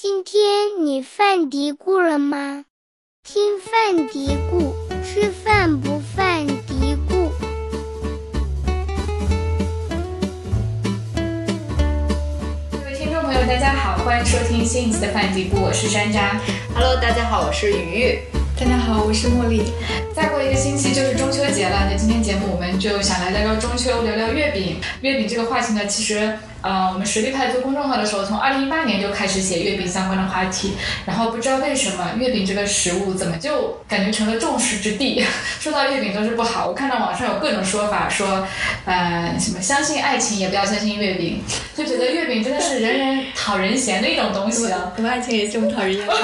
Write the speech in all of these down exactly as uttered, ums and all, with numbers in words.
今天你犯嘀咕了吗？听犯嘀咕，吃饭不犯嘀咕。 各位听众朋友大家好，欢迎收听新一期的犯嘀咕，我是山楂。 Hello， 大家好，我是鱼鱼。 大家好，我是茉莉。 再过一个星期就是中秋节了，那今天节目我们就想来聊聊中秋，聊聊月饼。月饼这个话题呢，其实呃，我们实力派做公众号的时候，从二零一八年就开始写月饼相关的话题，然后不知道为什么月饼这个食物怎么就感觉成了众矢之的，说到月饼都是不好。我看到网上有各种说法，说呃什么相信爱情也不要相信月饼，就觉得月饼真的是人人讨人嫌的一种东西啊。 怎么爱情也这么讨人厌吗？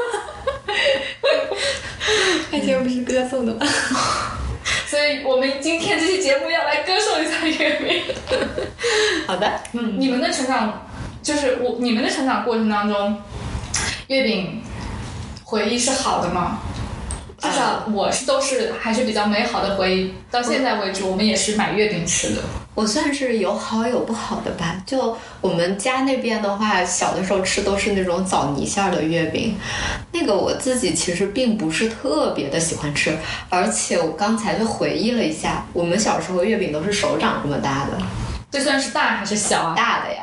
爱情不是歌颂的吗？ 所以我们今天这期节目要来歌颂一下月饼。 好的， 嗯，你们的成长，就是我你们的成长过程当中，月饼回忆是好的吗？至少我是都是还是比较美好的回忆，到现在为止我们也是买月饼吃的。 我算是有好有不好的吧。就我们家那边的话，小的时候吃都是那种枣泥馅的月饼，那个我自己其实并不是特别的喜欢吃，而且我刚才就回忆了一下，我们小时候月饼都是手掌这么大的。 这算是大还是小啊？ 大的呀。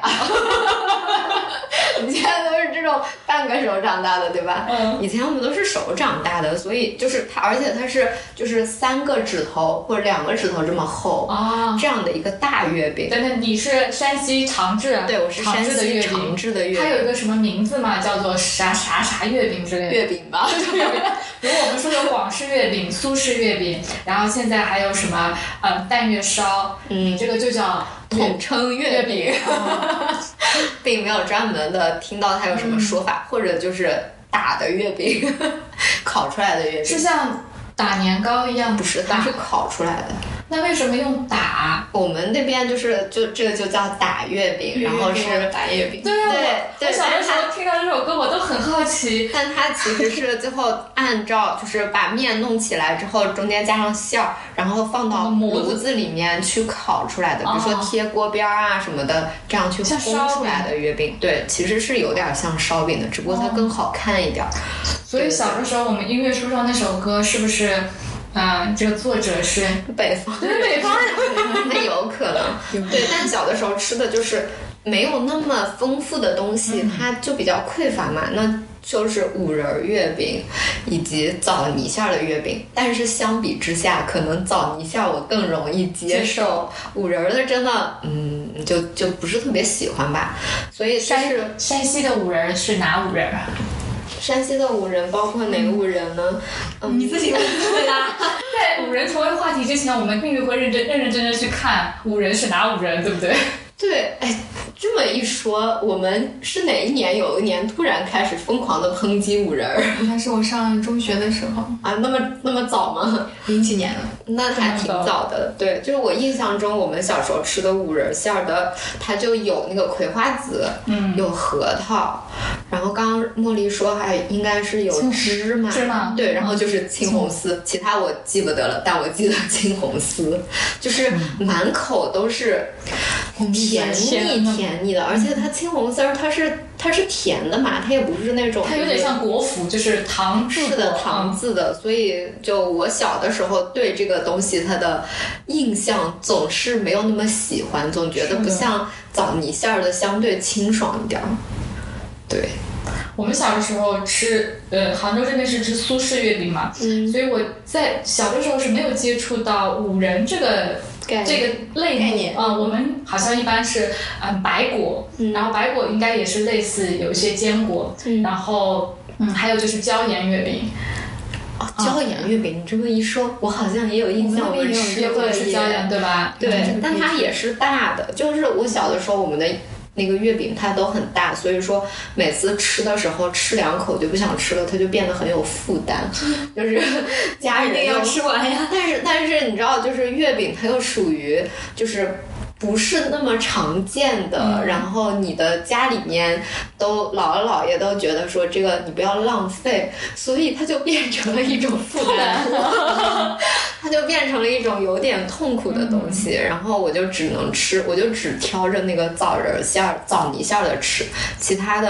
以前都是这种半个手掌大的，对吧？ 嗯。 以前我们都是手掌大的，所以就是它，而且它是就是三个指头或者两个指头这么厚啊， 这样的一个大月饼。 等等，你是山西长治？ 对，我是山西长治的月饼。 它有一个什么名字嘛？叫做啥啥啥月饼之类的。 月饼吧。 比如我们说有广式月饼、苏式月饼，然后现在还有什么呃蛋月烧，嗯，这个就叫统称月饼，并没有专门的听到它有什么说法，嗯、或者就是打的月饼，烤出来的月饼是像打年糕一样， 不是，它是烤出来的。 那为什么用打？ 我们那边就是就这个就叫打月饼，然后是打月饼。 对啊， 对对。 我小的时候听到这首歌，我都很好奇。 但它其实是最后按照就是把面弄起来之后，中间加上馅儿，然后放到炉子里面去烤出来的，比如说贴锅边啊什么的，这样去烘出来的月饼。对，其实是有点像烧饼的，只不过它更好看一点。 所以小的时候我们音乐书上那首歌是不是？嗯，这个作者是北方， 对北方人， 那有可能，对。但小的时候吃的就是没有那么丰富的东西，嗯、它就比较匮乏嘛。那就是五仁月饼以及枣泥馅的月饼，但是相比之下，可能枣泥馅我更容易接受，五仁的真的，嗯，就就不是特别喜欢吧。所以山山西的五仁是哪五仁？ 山西的五仁包括哪个五仁呢？ 嗯，你自己问对啦。在五仁成为话题之前，我们并不会认真、认认真真去看五仁是哪五仁，对不对？ 对，哎，这么一说，我们是哪一年？有一年突然开始疯狂的抨击五仁儿， 应该是我上中学的时候啊，那么那么早吗？ 零几年了， 那还挺早的。对，就是我印象中，我们小时候吃的五仁馅儿的，它就有那个葵花籽，嗯，有核桃，然后刚刚茉莉说还应该是有芝麻， 芝麻， 对，然后就是青红丝，其他我记不得了，但我记得青红丝，就是满口都是。甜腻甜腻的，而且它青红丝儿，它是它是甜的嘛，它也不是那种， 它有点像果脯，就是糖是的糖字的，所以就我小的时候对这个东西它的印象总是没有那么喜欢，总觉得不像枣泥馅儿的相对清爽一点。对。 我们小的时候吃，呃，杭州这边是吃苏式月饼嘛，嗯，所以我在小的时候是没有接触到五仁这个这个类目啊、呃。我们好像一般是嗯、呃、白果、嗯，然后白果应该也是类似有一些坚果，嗯、然后嗯还有就是椒盐月饼。 哦，椒盐月饼，你这么一说，我好像也有印象，我们吃过是椒盐，对吧？ 对，嗯、但它也是大的，就是我小的时候我们的。那个月饼它都很大，所以说每次吃的时候吃两口就不想吃了，它就变得很有负担，就是家人要吃完呀。 但是但是你知道，就是月饼它又属于就是不是那么常见的、嗯、然后你的家里面都姥姥姥爷都觉得说这个你不要浪费，所以它就变成了一种负担它就变成了一种有点痛苦的东西、嗯、然后我就只能吃我就只挑着那个枣仁馅枣泥馅的吃，其他的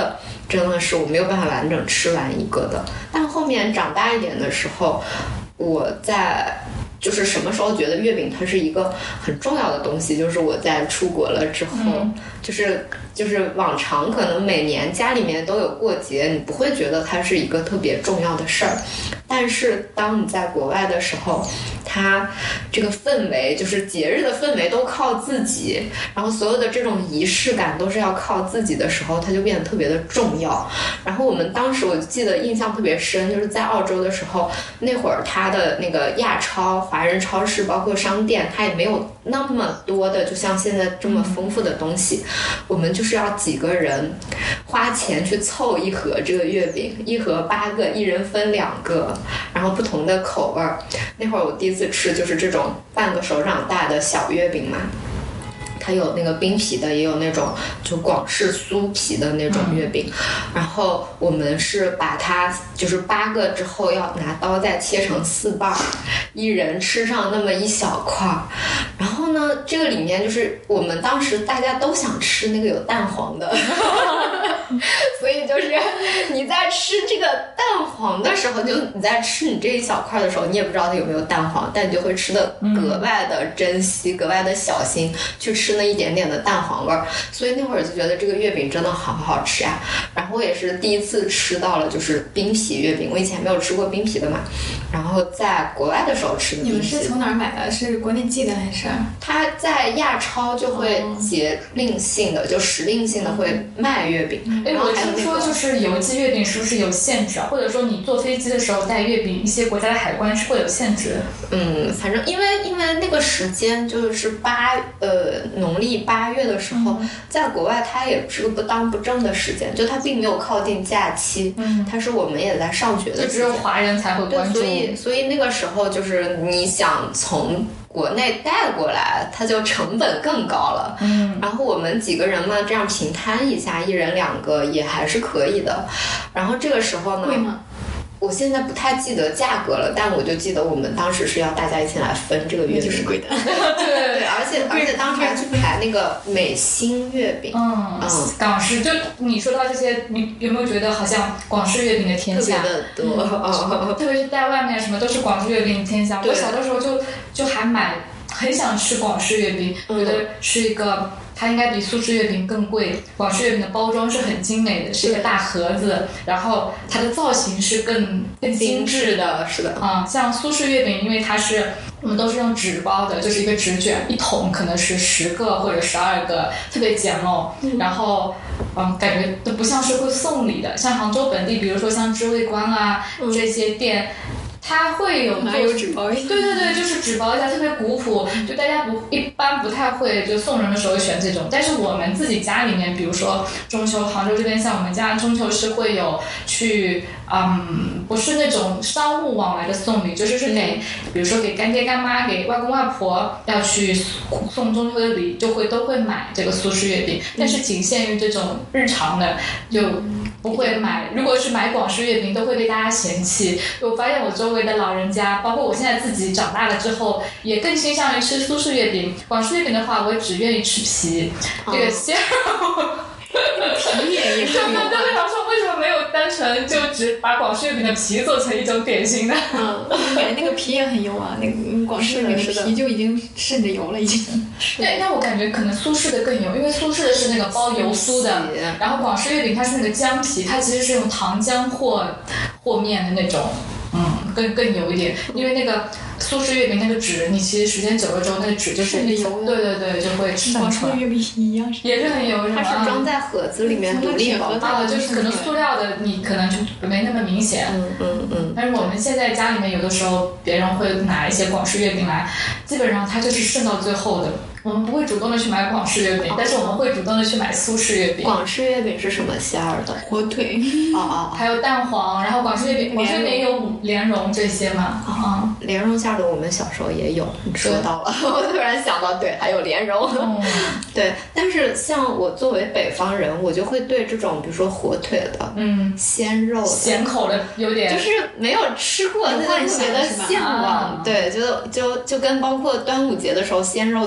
真的是我没有办法完整吃完一个的。但后面长大一点的时候，我在就是什么时候觉得月饼它是一个很重要的东西，就是我在出国了之后，嗯、就是就是往常可能每年家里面都有过节，你不会觉得它是一个特别重要的事儿，但是当你在国外的时候，它这个氛围就是节日的氛围都靠自己，然后所有的这种仪式感都是要靠自己的时候，它就变得特别的重要。然后我们当时我记得印象特别深，就是在澳洲的时候，那会儿它的那个亚超、华人超市包括商店，它也没有那么多的就像现在这么丰富的东西，我们就是要几个人花钱去凑一盒这个月饼，一盒八个，一人分两个，然后不同的口味儿。那会儿我第一次吃就是这种半个手掌大的小月饼嘛，它有那个冰皮的，也有那种就广式酥皮的那种月饼、嗯、然后我们是把它就是八个之后要拿刀再切成四瓣，一人吃上那么一小块。然后呢这个里面就是我们当时大家都想吃那个有蛋黄的所以就是你在吃这个蛋黄的时候，就你在吃你这一小块的时候，你也不知道它有没有蛋黄，但你就会吃的格外的珍惜、嗯、格外的小心去吃那一点点的蛋黄味儿。所以那会儿就觉得这个月饼真的好好吃啊。然后我也是第一次吃到了就是冰皮月饼，我以前没有吃过冰皮的嘛，然后在国外的时候吃的冰皮。 你们是从哪儿买的？是国内寄的还是？ 它在亚超就会节令性的、哦、就时令性的会卖月饼、 嗯、 然后还有、 那个、我听说就是邮寄月饼是不是有限制啊？或者说你坐飞机的时候带月饼，一些国家的海关是会有限制？ 嗯，反正因为因为那个时间就是八呃农历八月的时候、嗯、在国外它也是个不当不正的时间，就它并没有靠近假期，嗯，它是我们也在上学的时间， 就只有华人才会关注。 对，所以所以那个时候就是你想从国内带过来，它就成本更高了。嗯，然后我们几个人嘛，这样平摊一下，一人两个也还是可以的。然后这个时候呢， 贵吗？ 我现在不太记得价格了，但我就记得我们当时是要大家一起来分这个月饼， 就是贵的。 对对，而且而且当时还去排那个美心月饼， 嗯嗯，港式。就你说到这些，你有没有觉得好像广式月饼的天下特别的多？ 嗯、特别是在外面什么都是广式月饼的天下。我小的时候就就还买，很想吃广式月饼，觉得是一个。它应该比苏式月饼更贵，广式月饼的包装是很精美的，是一个大盒子，然后它的造型是更更精致的， 是的啊、嗯，像苏式月饼，因为它是我们都是用纸包的，就是一个纸卷，一桶可能是十个或者十二个，特别简陋，嗯、然后嗯，感觉都不像是会送礼的，像杭州本地，比如说像知味观啊、嗯、这些店。它会有哪有纸包一下？ 对对对，就是纸包一下，特别古朴，就大家不一般不太会就送人的时候选这种。但是我们自己家里面，比如说中秋，杭州这边像我们家中秋是会有去，嗯，不是那种商务往来的送礼，就是是给，比如说给干爹干妈、给外公外婆要去送中秋的礼，就会都会买这个苏式月饼，但是仅限于这种日常的，就不会买。如果是买广式月饼，都会被大家嫌弃。我发现我周围的老人家，包括我现在自己长大了之后，也更倾向于吃苏式月饼。广式月饼的话，我只愿意吃皮，这个馅儿。 皮也也是有。 对对对，想说为什么没有单纯就只把广式月饼的皮做成一种点心呢？ 嗯，感觉那个皮也很油啊，那个广式月饼的皮就已经渗着油了，已经。 对，但我感觉可能苏式的更油，因为苏式的是那个包油酥的，然后广式月饼它是那个姜皮，它其实是用糖浆和和面的那种。嗯，更更油一点，因为那个苏式月饼那个纸，你其实时间久了之后，那个纸就是油的， 对对对，就会渗出来。 月饼一样， 也是很油， 它是装在盒子里面独立包啊，就是可能塑料的，你可能就没那么明显。 嗯嗯嗯。 但是我们现在家里面有的时候，别人会拿一些广式月饼来，基本上它就是渗到最后的。我们不会主动的去买广式月饼，但是我们会主动的去买苏式月饼。 广式月饼是什么馅儿的？ 火腿。 哦哦。 还有蛋黄，然后广式月饼，广式月饼有莲蓉这些嘛？啊、 嗯，莲蓉馅的我们小时候也有。你说到了，我突然想到，对，还有莲蓉。嗯、对，但是像我作为北方人，我就会对这种比如说火腿的， 嗯， 鲜肉的、 咸口的有点， 就是没有吃过，就特别的向往。对，就就就跟包括端午节的时候鲜肉粽子。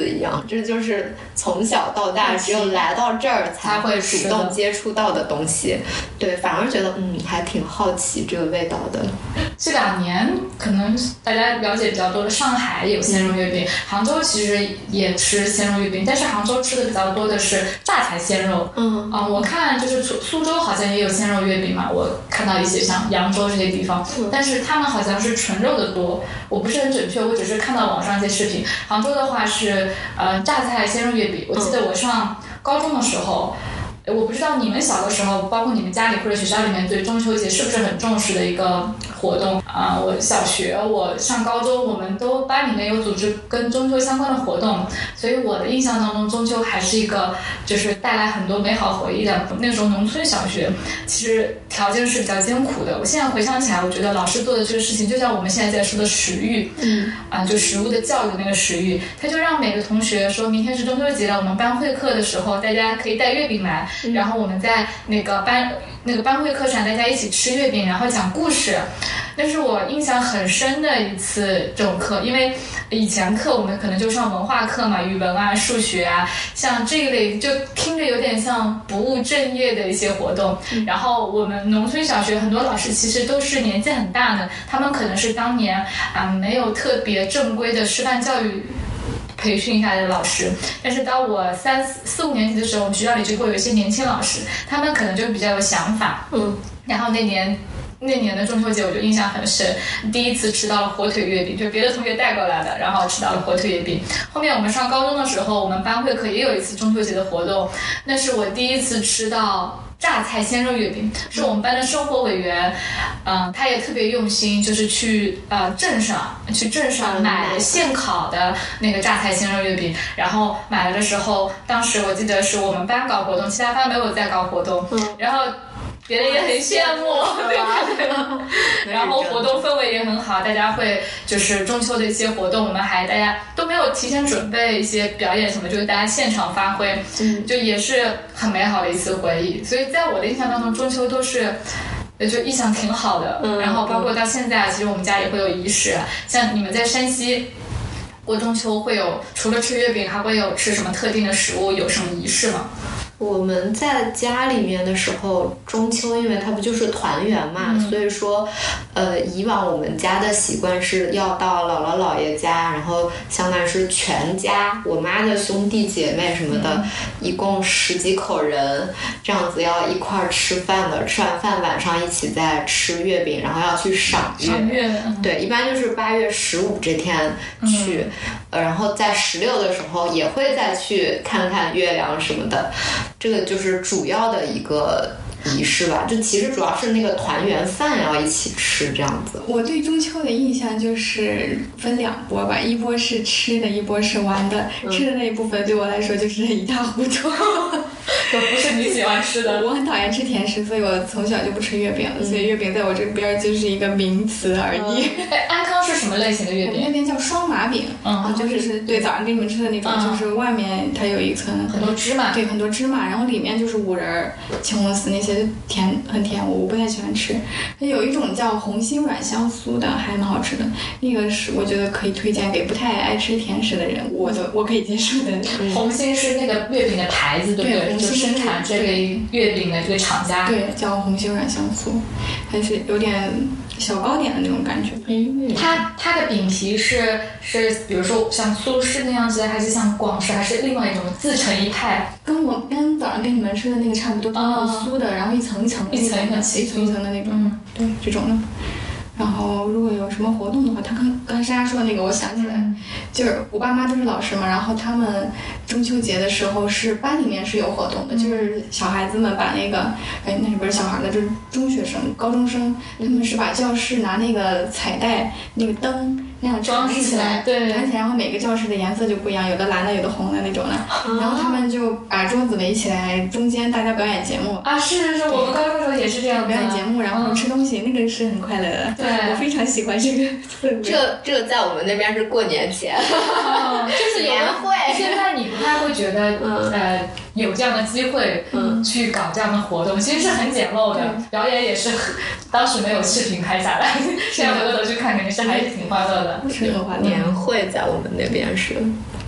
字一样，这就是从小到大只有来到这儿才会主动接触到的东西。对，反而觉得嗯还挺好奇这个味道的。 这两年可能大家了解比较多的上海有鲜肉月饼，杭州其实也吃鲜肉月饼，但是杭州吃的比较多的是榨菜鲜肉。 嗯啊、呃，我看就是苏州好像也有鲜肉月饼嘛，我看到一些像扬州这些地方， 嗯、 但是他们好像是纯肉的多，我不是很准确，我只是看到网上一些视频。杭州的话是呃榨菜鲜肉月饼，我记得我上高中的时候。我不知道你们小的时候，包括你们家里或者学校里面对中秋节是不是很重视的一个活动啊、呃？我小学，我上高中，我们都班里面有组织跟中秋相关的活动，所以我的印象当中，中秋还是一个就是带来很多美好回忆的。那时候农村小学其实条件是比较艰苦的。我现在回想起来，我觉得老师做的这个事情，就像我们现在在说的食育，嗯啊、呃，就食物的教育的那个食育，他就让每个同学说明天是中秋节了，我们班会课的时候，大家可以带月饼来。然后我们在那个班那个班会课上，大家一起吃月饼，然后讲故事。那是我印象很深的一次这种课，因为以前课我们可能就上文化课嘛，语文啊、数学啊，像这一类就听着有点像不务正业的一些活动。然后我们农村小学很多老师其实都是年纪很大的，他们可能是当年啊没有特别正规的师范教育培训下来的老师，但是当我三四四五年级的时候，我们学校里就会有一些年轻老师，他们可能就比较有想法，嗯，然后那年那年的中秋节我就印象很深，第一次吃到了火腿月饼，就别的同学带过来的，然后吃到了火腿月饼。后面我们上高中的时候，我们班会课也有一次中秋节的活动，那是我第一次吃到榨菜鲜肉月饼，是我们班的生活委员，嗯、呃，他也特别用心，就是去呃镇上去镇上买现烤的那个榨菜鲜肉月饼，然后买了的时候，当时我记得是我们班搞活动，其他班没有在搞活动，嗯、然后别人也很羡慕，对对对，然后活动氛围也很好，大家会就是中秋的一些活动，我们还大家都没有提前准备一些表演什么，就是大家现场发挥，嗯，就也是很美好的一次回忆。所以在我的印象当中，中秋都是就印象挺好的，嗯，然后包括到现在，其实我们家也会有仪式，像你们在山西过中秋会有除了吃月饼，还会有吃什么特定的食物，有什么仪式吗？ 我们在家里面的时候，中秋因为它不就是团圆嘛、嗯、所以说呃，以往我们家的习惯是要到姥姥姥爷家，然后相当于是全家我妈的兄弟姐妹什么的、嗯、一共十几口人这样子要一块吃饭的，吃完饭晚上一起再吃月饼，然后要去赏月, 赏月、嗯、 对，一般就是八月十五这天去、嗯呃、然后在十六的时候也会再去看看月亮什么的，这个就是主要的一个仪式吧，就其实主要是那个团圆饭要一起吃这样子。 我对中秋的印象就是分两波吧，一波是吃的，一波是玩的、嗯、吃的那一部分对我来说就是一塌糊涂都不是你喜欢吃的。 我很讨厌吃甜食，所以我从小就不吃月饼、嗯、所以月饼在我这边就是一个名词而已、 嗯、哎，安康是什么类型的月饼？ 我们那边叫双麻饼，嗯，就是对早上给你们吃的那种、嗯、就是外面它有一层很多芝麻， 对，很多芝麻，然后里面就是五仁、青红丝那些甜，很甜，我不太喜欢吃。有一种叫红心软香酥的还蛮好吃的，那个是我觉得可以推荐给不太爱吃甜食的人，我的我可以接受的、 嗯、红心是那个月饼的牌子对不对？就生产这个月饼的这个厂家， 对，叫红心软香酥，还是有点小糕点的那种感觉。 嗯，它它的饼皮是是比如说像苏式那样子，还是像广式，还是另外一种自成一派？ 跟我跟早上跟你们吃的那个差不多，都是酥的、嗯，然后一层一层一层一层一层一层的那种，嗯，对，这种的。然后如果有什么活动的话，他刚刚莎莎说的那个我想起来、嗯、就是我爸妈都是老师嘛，然后他们中秋节的时候是班里面是有活动的、嗯、就是小孩子们把那个哎那是不是小孩的，就是中学生高中生，他们是把教室拿那个彩带那个灯那样装饰起来，对， 装起来，然后每个教室的颜色就不一样，有的蓝的有的红的那种的、哦、然后他们就把桌子围起来，中间大家表演节目啊，是是是，我们高中的时候也是这样表演节目，然后吃东西、嗯、那个是很快乐的， 对， 我非常喜欢这个氛围。 这这个在我们那边是过年前， 哦、就是年会。 现在你不太会觉得、嗯、呃有这样的机会嗯去搞这样的活动，其实是很简陋的，嗯、表演也是很当时没有视频拍下来，现在回头去看肯定是还是挺欢乐的， 是很欢乐。 年会在我们那边是。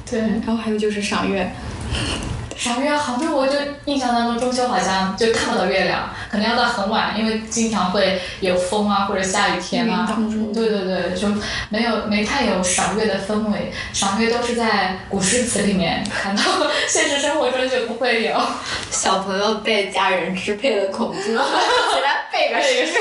对， 然后还有就是赏月。 赏月杭州，我就印象当中中秋好像就看不到月亮，可能要到很晚，因为经常会有风啊或者下雨天啊。对对对，就没有没太有赏月的氛围。赏月都是在古诗词里面看到，现实生活中就不会有。 小朋友被家人支配的恐惧，起来背个诗。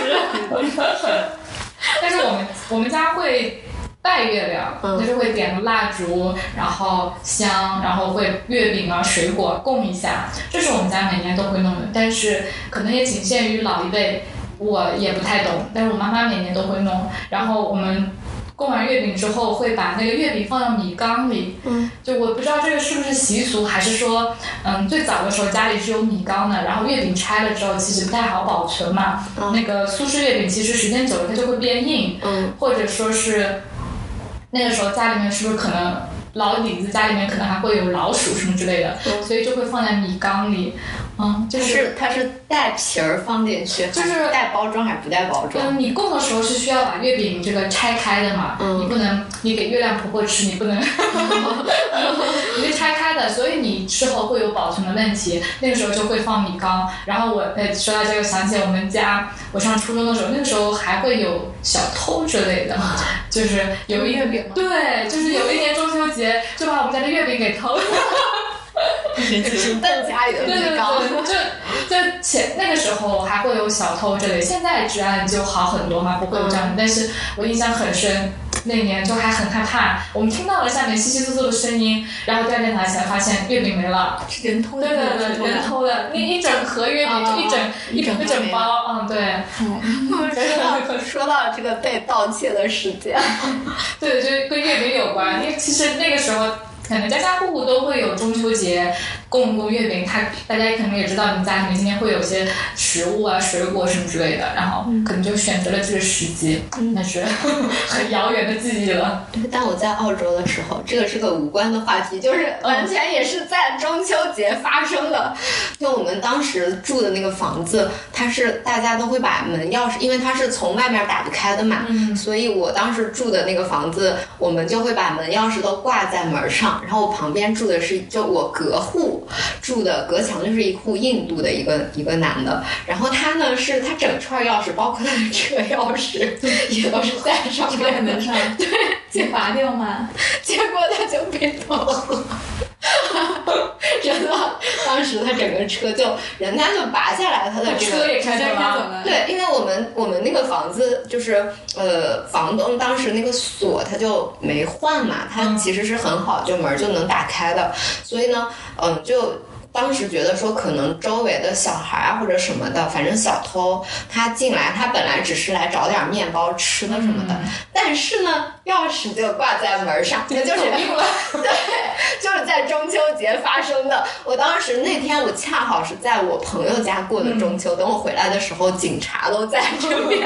但是我们我们家会拜月亮， 嗯、 就是会点蜡烛，然后香，然后会月饼啊、水果供一下，这是我们家每年都会弄的。但是可能也仅限于老一辈，我也不太懂。但是我妈妈每年都会弄。然后我们供完月饼之后，会把那个月饼放到米缸里。 嗯， 就我不知道这个是不是习俗，还是说，嗯，最早的时候家里是有米缸的，然后月饼拆了之后其实不太好保存嘛。嗯、那个苏式月饼其实时间久了它就会变硬。 嗯， 或者说是。那个时候家里面是不是可能老底子家里面可能还会有老鼠什么之类的，嗯、所以就会放在米缸里，嗯，就是它是带皮儿放进去，就是带包装还是不带包装？ 嗯，你供的时候是需要把月饼这个拆开的嘛， 嗯、 你不能你给月亮婆婆吃，你不能，你是拆开的，所以你之后会有保存的问题。那个时候就会放米缸，然后我呃说到这个想起我们家，我上初中的时候，那个时候还会有小偷之类的，就是有一月饼吗？ 对，就是有一年中秋节就把我们家的月饼给偷了。 就是奔家里的米缸。 对对对，就就前那个时候还会有小偷之类，现在治安就好很多嘛，不会有这样的。嗯、但是我印象很深，那年就还很害怕，我们听到了下面窸窸窣窣的声音，然后第二天早上起来发现月饼没了， 是人偷的。 对对对，人偷的，那一整盒月饼，就一整一整一整包，嗯，对。 嗯，说到说到这个被盗窃的事件， 对，就跟月饼有关，因为其实那个时候。可能家家户户都会有中秋节供供月饼，他大家可能也知道你们家里面今天会有些食物啊、水果什么之类的，然后可能就选择了这个时机，嗯、那是很遥远的记忆了。 对，但我在澳洲的时候，这个是个无关的话题，就是完全也是在中秋节发生的。就我们当时住的那个房子，它是大家都会把门钥匙，因为它是从外面打不开的嘛， 嗯、 所以我当时住的那个房子，我们就会把门钥匙都挂在门上。然后我旁边住的是，就我隔户住的隔墙就是一户印度的一个一个男的，然后他呢是他整串钥匙，包括他的车钥匙也都是在上面的， 门上， 对， 结拔掉吗？ 结果他就被偷了。真的，当时他整个车就人家就拔下来他的这个车也开走了。 对，因为我们我们那个房子就是呃，房东当时那个锁他就没换嘛，他其实是很好，就门就能打开的，所以呢，嗯、呃，就。当时觉得说可能周围的小孩啊或者什么的，反正小偷他进来，他本来只是来找点面包吃的什么的，嗯、但是呢，钥匙就挂在门上，这就是对，就是在中秋节发生的。我当时那天我恰好是在我朋友家过的中秋，嗯、等我回来的时候，警察都在这边。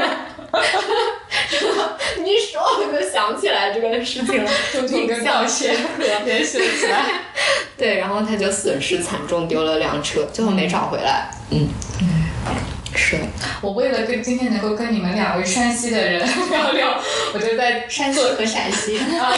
你一说我就想起来这个事情了， 中秋跟盗窃联系了起来。 对，然后他就损失惨重，丢了辆车，最后没找回来。嗯，嗯是。 我为了跟今天能够跟你们两位山西的人聊聊，我就在山西和陕西啊。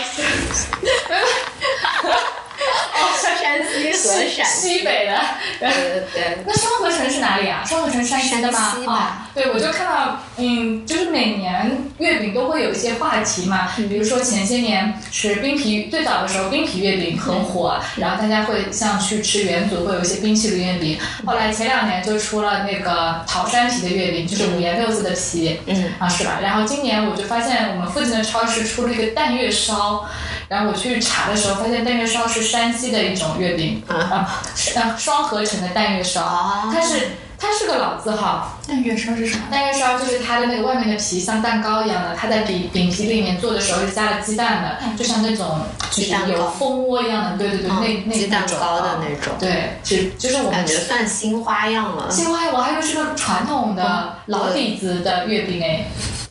哦，山西和陕西北的， 对对对。 那双河城是哪里啊？双河城山西的吗？ 啊、哦， 对，我就看到，嗯，就是每年月饼都会有一些话题嘛，嗯、比如说前些年是冰皮，最早的时候冰皮月饼很火，嗯、然后大家会像去吃元祖会有一些冰淇淋月饼，嗯、后来前两年就出了那个桃山皮的月饼，就是五颜六色的皮， 嗯啊是吧？然后今年我就发现我们附近的超市出了一个蛋月烧。然后我去查的时候，发现蛋月烧是山西的一种月饼，啊，啊双合成的蛋月烧， 啊、 它是它是个老字号。 蛋月烧是啥？ 蛋月烧就是它的那个外面的皮像蛋糕一样的，它在饼饼皮里面做的时候是加了鸡蛋的，嗯、就像那种就是有蜂窝一样的，对对对， 嗯、 那那鸡蛋糕的那种， 对，就就是我们感觉算新花样了。 新花样，我还以为是个传统的老底子的月饼哎。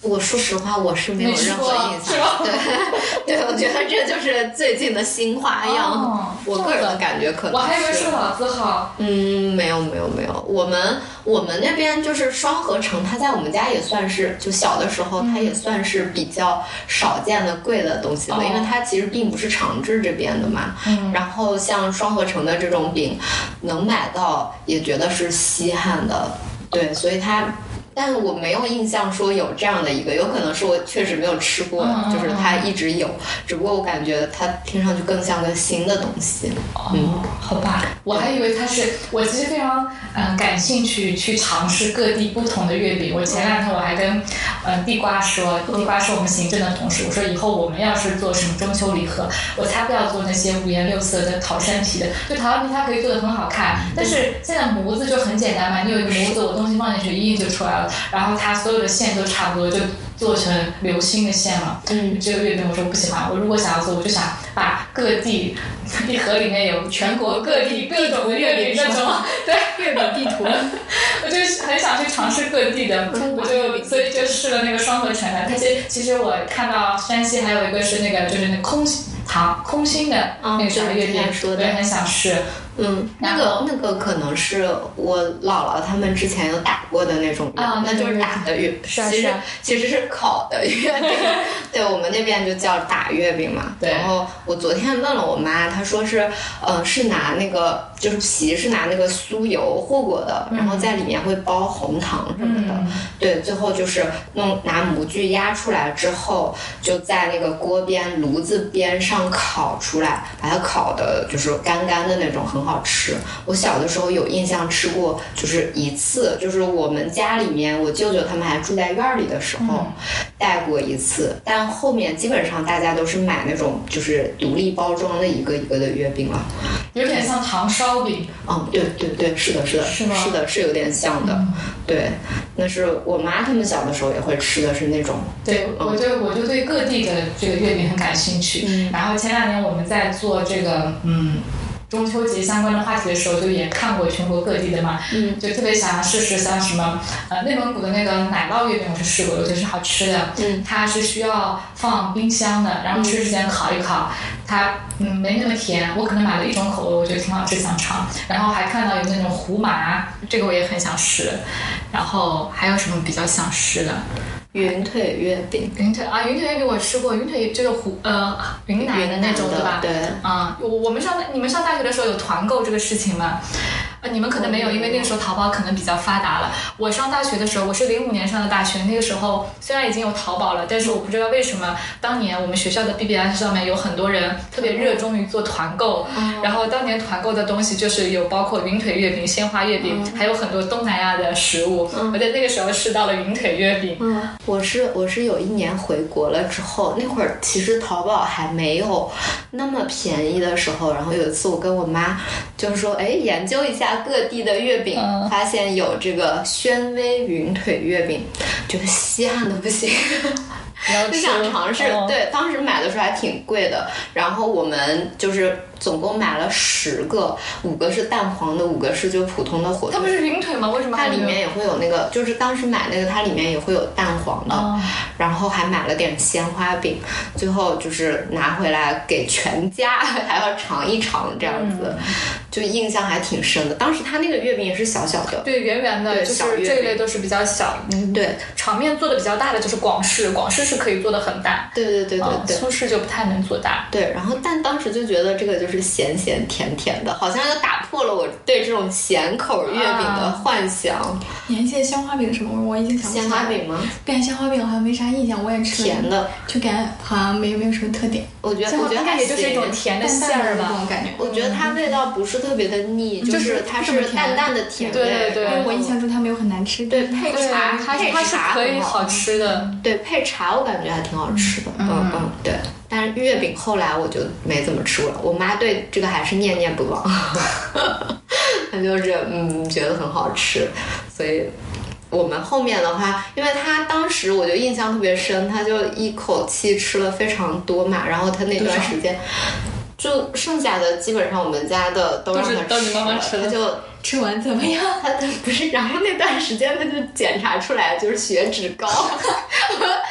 我说实话，我是没有任何印象。对，对，我觉得这就是最近的新花样。哦、我个人的感觉可能是。 我还以为是老字号。 嗯，没有没有没有，我们我们那边就是双合成，它在我们家也算是，就小的时候它也算是比较少见的贵的东西了，嗯、因为它其实并不是长治这边的嘛。嗯。然后像双合成的这种饼，能买到也觉得是稀罕的，对，所以它。但是我没有印象说有这样的一个，有可能是我确实没有吃过，嗯、就是它一直有，只不过我感觉它听上去更像个新的东西。 嗯，哦、好吧，我还以为它是，我其实非常嗯、呃、感兴趣去尝试各地不同的月饼。我前两天我还跟嗯、呃、地瓜说，地瓜是我们行政的同事，我说以后我们要是做什么中秋礼盒，我才不要做那些五颜六色的桃山皮的，就桃山皮它可以做得很好看，但是现在模子就很简单嘛，你有一个模子，我东西放进去一印就出来了。然后它所有的线都差不多，就做成流心的线了。嗯，这个月饼我说不喜欢，我如果想要做，我就想把各地一盒里面有全国各地各种的月饼那种，对， 月饼地图。 我就很想去尝试各地的，我就所以就试了那个双合成的。它其实其实我看到山西还有一个是那个就是那空糖空心的那个小月饼，我也很想试。 嗯，那个那个可能是我姥姥他们之前有打过的那种月， 啊， 那就是打的月饼， 是啊其实是啊其实是烤的月饼，对我们那边就叫打月饼嘛。 对。 然后我昨天问了我妈，她说是，呃，是拿那个就是皮是拿那个酥油和过的，然后在里面会包红糖什么的，嗯、对，最后就是弄拿模具压出来之后，就在那个锅边炉子边上烤出来，把它烤的就是干干的那种，很好吃。我小的时候有印象吃过，就是一次，就是我们家里面我舅舅他们还住在院里的时候、嗯、带过一次，但后面基本上大家都是买那种就是独立包装的一个一个的月饼了， 有点像糖烧饼。 嗯，对对对，是的是的是吗？ 是的，是有点像的、嗯、对，那是我妈他们小的时候也会吃的是那种。 对、嗯、我就我就对各地的这个月饼很感兴趣、嗯、然后前两年我们在做这个嗯中秋节相关的话题的时候，就也看过全国各地的嘛，嗯，就特别想要试试像什么，呃，内蒙古的那个奶酪月饼，我是试过，我觉得是好吃的，嗯，它是需要放冰箱的，然后吃之前烤一烤，它嗯没那么甜，我可能买了一种口味，我觉得挺好吃，想尝，然后还看到有那种胡麻，这个我也很想试，然后还有什么比较想试的？ 云腿月饼， 云腿啊，云腿月饼我吃过，云腿就是湖呃云南的那种，对吧？ 对， 啊、嗯，我我们上你们上大学的时候有团购这个事情吗？呃，你们可能没有，因为那个时候淘宝可能比较发达了。我上大学的时候，我是零五年上的大学，那个时候虽然已经有淘宝了，但是我不知道为什么当年我们学校的 B B S 上面有很多人特别热衷于做团购，嗯、然后当年团购的东西就是有包括云腿月饼、鲜花月饼，嗯、还有很多东南亚的食物。嗯、我在那个时候吃到了云腿月饼。 嗯，我是我是有一年回国了之后，那会儿其实淘宝还没有那么便宜的时候，然后有一次我跟我妈就是说，哎，研究一下各地的月饼，嗯、发现有这个宣威云腿月饼，觉得稀罕的不行。就想尝试、哦、对，当时买的时候还挺贵的，然后我们就是总共买了十个，五个是蛋黄的，五个是就普通的火腿。 它不是云腿吗？为什么它里面也会有那个，就是当时买那个它里面也会有蛋黄的、哦、然后还买了点鲜花饼，最后就是拿回来给全家还要尝一尝这样子、嗯、就印象还挺深的。当时它那个月饼也是小小的， 对，圆圆的，就是这一类都是比较小。 嗯，对， 场面做的比较大的就是广式，广式是可以做的很大， 对对对对对， 苏式就不太能做大。 对，然后但当时就觉得这个就是咸咸甜甜的，好像就打破了我对这种咸口月饼的幻想。 啊、你还记得鲜花饼什么？我已经想不起来。 鲜花饼吗？ 感觉鲜花饼好像没啥印象，我也吃了甜的， 就感觉好像没没有什么特点。 我觉得我觉得它也就是一种甜的馅儿吧， 这种感觉。 我觉得它味道不是特别的腻， 嗯、 就是它是淡淡的甜味。 对对对， 因为我印象中它没有很难吃。 对，配茶， 它配它是可以好吃的。 对，配茶我感觉还挺好吃的。嗯 嗯, 嗯，对。但是月饼后来我就没怎么吃过了，我妈对这个还是念念不忘，她就是嗯觉得很好吃，所以我们后面的话，因为她当时我就印象特别深，她就一口气吃了非常多嘛，然后她那段时间就剩下的基本上我们家的都让她吃了，她就吃完怎么样？ 他不是，然后那段时间他就检查出来就是血脂高，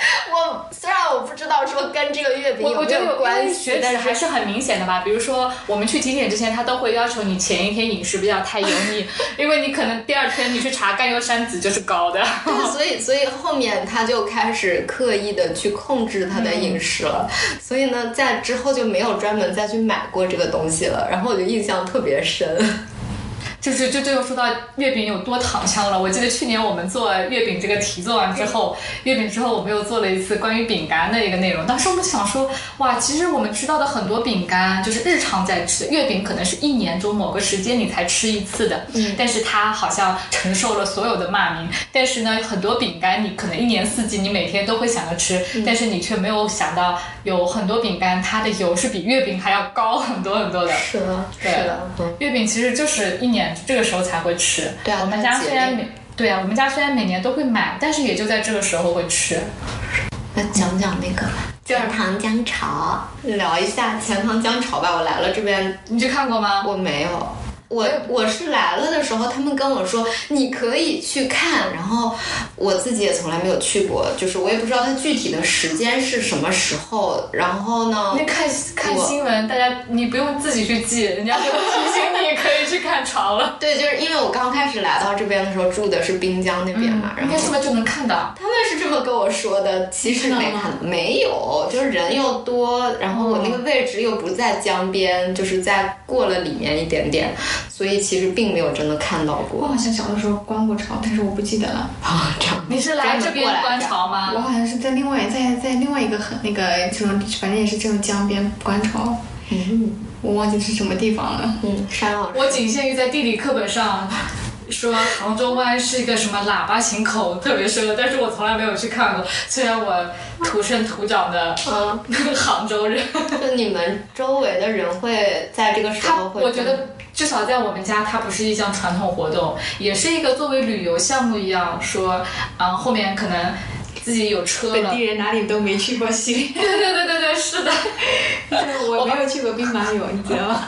到说跟这个月饼有没有关系， 血脂还是很明显的吧。比如说我们去体检之前，他都会要求你前一天饮食不要太油腻，因为你可能第二天你去查甘油三酯就是高的。 对，所以所以后面他就开始刻意的去控制他的饮食了、嗯、所以呢在之后就没有专门再去买过这个东西了，然后我就印象特别深。 就是这这又说到月饼有多躺枪了。我记得去年我们做月饼这个题做完之后，月饼之后我们又做了一次关于饼干的一个内容。当时我们想说，哇，其实我们知道的很多饼干就是日常在吃，月饼可能是一年中某个时间你才吃一次的，嗯，但是它好像承受了所有的骂名。但是呢，很多饼干你可能一年四季你每天都会想着吃、嗯，但是你却没有想到有很多饼干它的油是比月饼还要高很多很多的。 是的， 对是的、嗯， 月饼其实就是一年这个时候才会吃。 对啊， 我们家虽然每对啊，我们家虽然每年都会买，但是也就在这个时候会吃。 那讲讲那个钱塘江潮，聊一下钱塘江潮吧。我来了这边， 你去看过吗？ 我没有。我我是来了的时候，他们跟我说你可以去看，然后我自己也从来没有去过，就是我也不知道它具体的时间是什么时候。然后呢， 你看看新闻，大家你不用自己去记，人家就提醒你可以去看潮了。 对，就是因为我刚开始来到这边的时候住的是滨江那边嘛， 嗯、 然后应该是不是就能看到？ 他们是这么跟我说的，其实没看，没有，就是人又多，然后我那个位置又不在江边，就是在过了里面一点点。所以其实并没有真的看到过。 我好像小的时候观过潮，但是我不记得了。 啊，这样。 你是来这边观潮吗？ 我好像是在另外在在另外一个很那个这种，反正也是这种江边观潮。嗯，我忘记是什么地方了。 嗯，山老师。 我仅限于在地理课本上说杭州湾是一个什么喇叭形口特别深的，但是我从来没有去看过。虽然我土生土长的嗯杭州人。 就你们周围的人会在这个时候会？ 我觉得。至少在我们家，它不是一项传统活动，也是一个作为旅游项目一样说，嗯，后面可能自己有车了。 本地人哪里都没去过西里。 对对对对对，是的。 我没有去过兵马俑，你知道吗？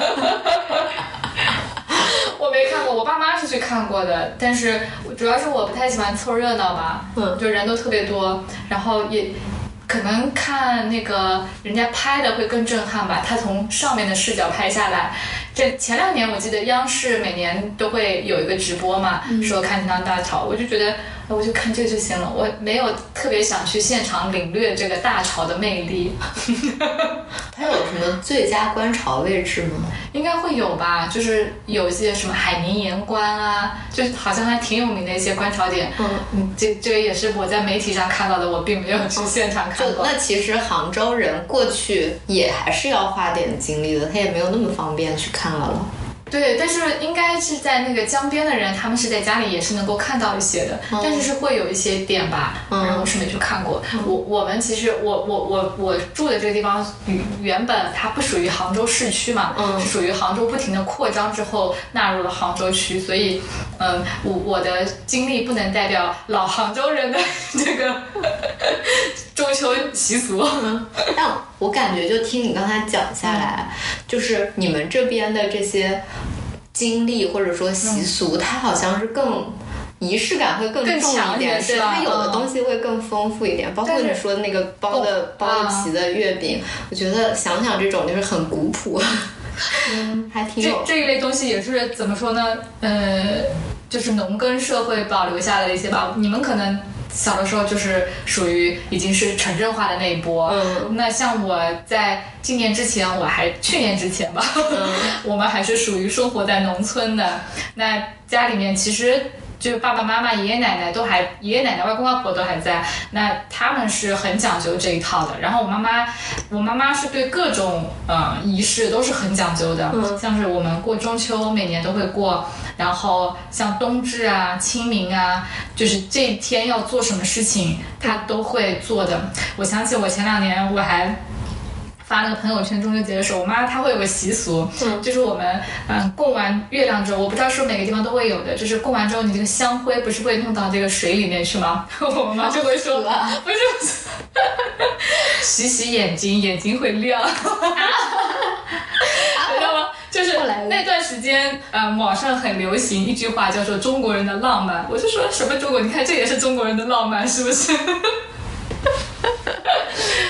我没看过，我爸妈是去看过的，但是主要是我不太喜欢凑热闹吧，嗯，就人都特别多，然后也。可能看那个人家拍的会更震撼吧，他从上面的视角拍下来。这前两年我记得央视每年都会有一个直播嘛，嗯、说看钱塘大潮，我就觉得我就看这个就行了，我没有特别想去现场领略这个大潮的魅力。 它有什么最佳观潮位置吗？ 应该会有吧，就是有一些什么海明岩观啊，就是好像还挺有名的一些观潮点。嗯嗯，这这个也是我在媒体上看到的，我并没有去现场看过。 就那其实杭州人过去也还是要花点精力的，他也没有那么方便去看了了。 对，但是应该是在那个江边的人，他们是在家里也是能够看到一些的，嗯、但是是会有一些点吧，嗯、然后我是没去看过。嗯、我我们其实我我我我住的这个地方原本它不属于杭州市区嘛，嗯、是属于杭州不停的扩张之后纳入了杭州区，所以嗯，我我的经历不能代表老杭州人的这个中秋习俗。 嗯、但我感觉就听你刚才讲下来，嗯、就是你们这边的这些经历或者说习俗，嗯、它好像是更仪式感会更重一点，是吧？它有的东西会更丰富一点，包括你说的那个包的包的皮的月饼，我觉得想想这种就是很古朴，嗯，还挺有。 这这一类东西也是怎么说呢？呃，就是农耕社会保留下来的一些吧。你们可能小的时候就是属于已经是城镇化的那一波，嗯，那像我在今年之前，我还去年之前吧，嗯、我们还是属于生活在农村的。那家里面其实就爸爸妈妈、爷爷奶奶都还，爷爷奶奶、外公外婆都还在，那他们是很讲究这一套的。然后我妈妈，我妈妈是对各种呃仪式都是很讲究的，嗯、像是我们过中秋每年都会过。然后像冬至啊、清明啊，就是这一天要做什么事情，他都会做的。我想起我前两年我还发那个朋友圈，中秋节的时候，我妈她会有个习俗，嗯、就是我们嗯供完月亮之后，我不知道是不是每个地方都会有的，就是供完之后，你这个香灰不是会弄到这个水里面去吗？我妈就会说，啊、不是不是，洗洗眼睛，眼睛会亮。知道吗？就是那段时间，呃，网上很流行一句话叫做"中国人的浪漫"，我就说什么中国？你看这也是中国人的浪漫，是不是？就是你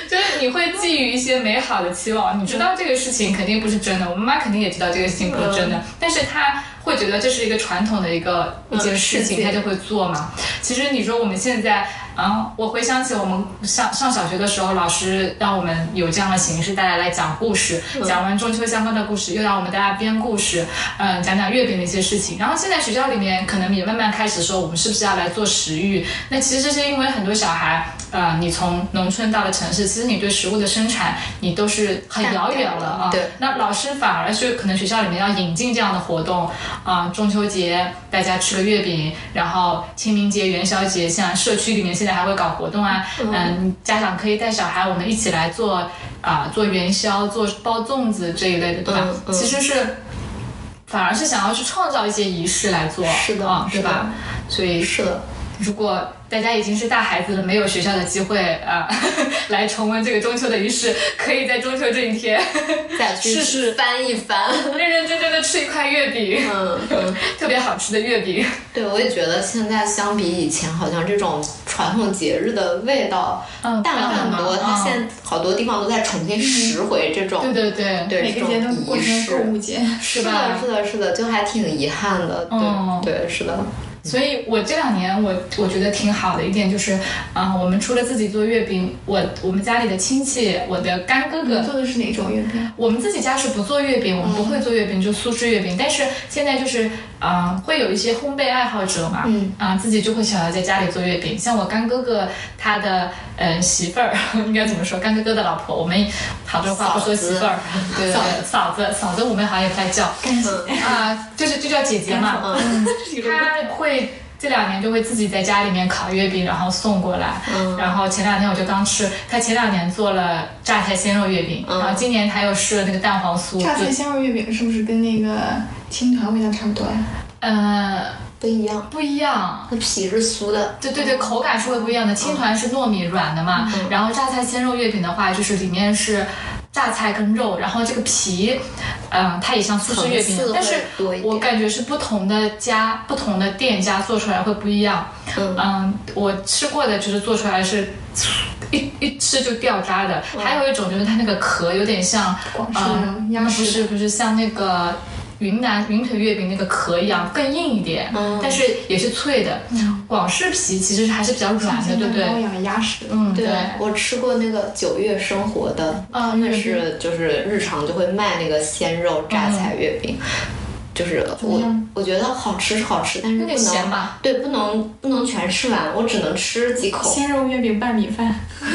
你会寄予一些美好的期望，你知道这个事情肯定不是真的，我妈妈肯定也知道这个事情不是真的，但是她会觉得这是一个传统的一个一件事情，她就会做嘛。其实你说我们现在啊，我回想起我们上上小学的时候，老师让我们有这样的形式，大家来讲故事，讲完中秋相关的故事，又让我们大家编故事，嗯，讲讲月饼的一些事情。然后现在学校里面可能也慢慢开始说，我们是不是要来做食育？那其实这是因为很多小孩，呃，你从农村到了城市，其实你对食物的生产你都是很遥远了啊。 对。 那老师反而是可能学校里面要引进这样的活动啊、呃，中秋节大家吃个月饼，然后清明节、元宵节，像社区里面现在还会搞活动啊，嗯、呃，家长可以带小孩，我们一起来做啊、呃，做元宵、做包粽子这一类的，对吧？嗯嗯、其实是反而是想要去创造一些仪式来做， 是的， 啊、对吧？所以是的。 如果大家已经是大孩子了，没有学校的机会啊、呃，来重温这个中秋的仪式，可以在中秋这一天再去试试翻一翻， 认认真真的吃一块月饼， 嗯嗯， 特别好吃的月饼。 对，我也觉得现在相比以前，好像这种传统节日的味道淡了很多。嗯、它现在好多地方都在重新拾回这种， 嗯、对对对， 对每个节都过成购物节， 是吧？ 是的，是的，是的，就还挺遗憾的。对、嗯、对，是的。 所以我这两年我我觉得挺好的一点就是，啊、呃，我们除了自己做月饼，我我们家里的亲戚，我的干哥哥做的是哪种月饼？ 我们自己家是不做月饼，我们不会做月饼，就苏式月饼。但是现在就是啊、呃，会有一些烘焙爱好者嘛，嗯啊、呃，自己就会想要在家里做月饼。像我干哥哥他的呃媳妇儿，应该怎么说？干哥哥的老婆，我们杭州话不说媳妇儿，对对对，嫂子嫂子，我们好像也不太叫，啊、呃，就是就叫姐姐嘛，嗯，她会。这两年就会自己在家里面烤月饼，然后送过来。嗯，然后前两天我就刚吃，他前两年做了榨菜鲜肉月饼，嗯、然后今年他又试了那个蛋黄酥。 榨菜鲜肉月饼是不是跟那个青团味道差不多呀？ 呃， 不一样， 不一样。 它皮是酥的， 对对对，口感是会不一样的。青团是糯米软的嘛，嗯、然后榨菜鲜肉月饼的话，就是里面是榨菜跟肉，然后这个皮，嗯、呃，它也像苏式月饼，但是我感觉是不同的家、不同的店家做出来会不一样。嗯，嗯我吃过的就是做出来是一一吃就掉渣的，嗯、还有一种就是它那个壳有点像广式的鸭式，不是不是像那个。云南云腿月饼那个壳一样更硬一点，嗯、但是也是脆的。嗯、广式皮其实还是比较软的，对不对？ 猫养鸭屎。 嗯，对。 我吃过那个九月生活的，他们是就是日常就会卖那个鲜肉榨菜月饼。嗯就是我，我觉得好吃是好吃，但是不能对不能不能全吃完，我只能吃几口。 鲜肉月饼拌米饭，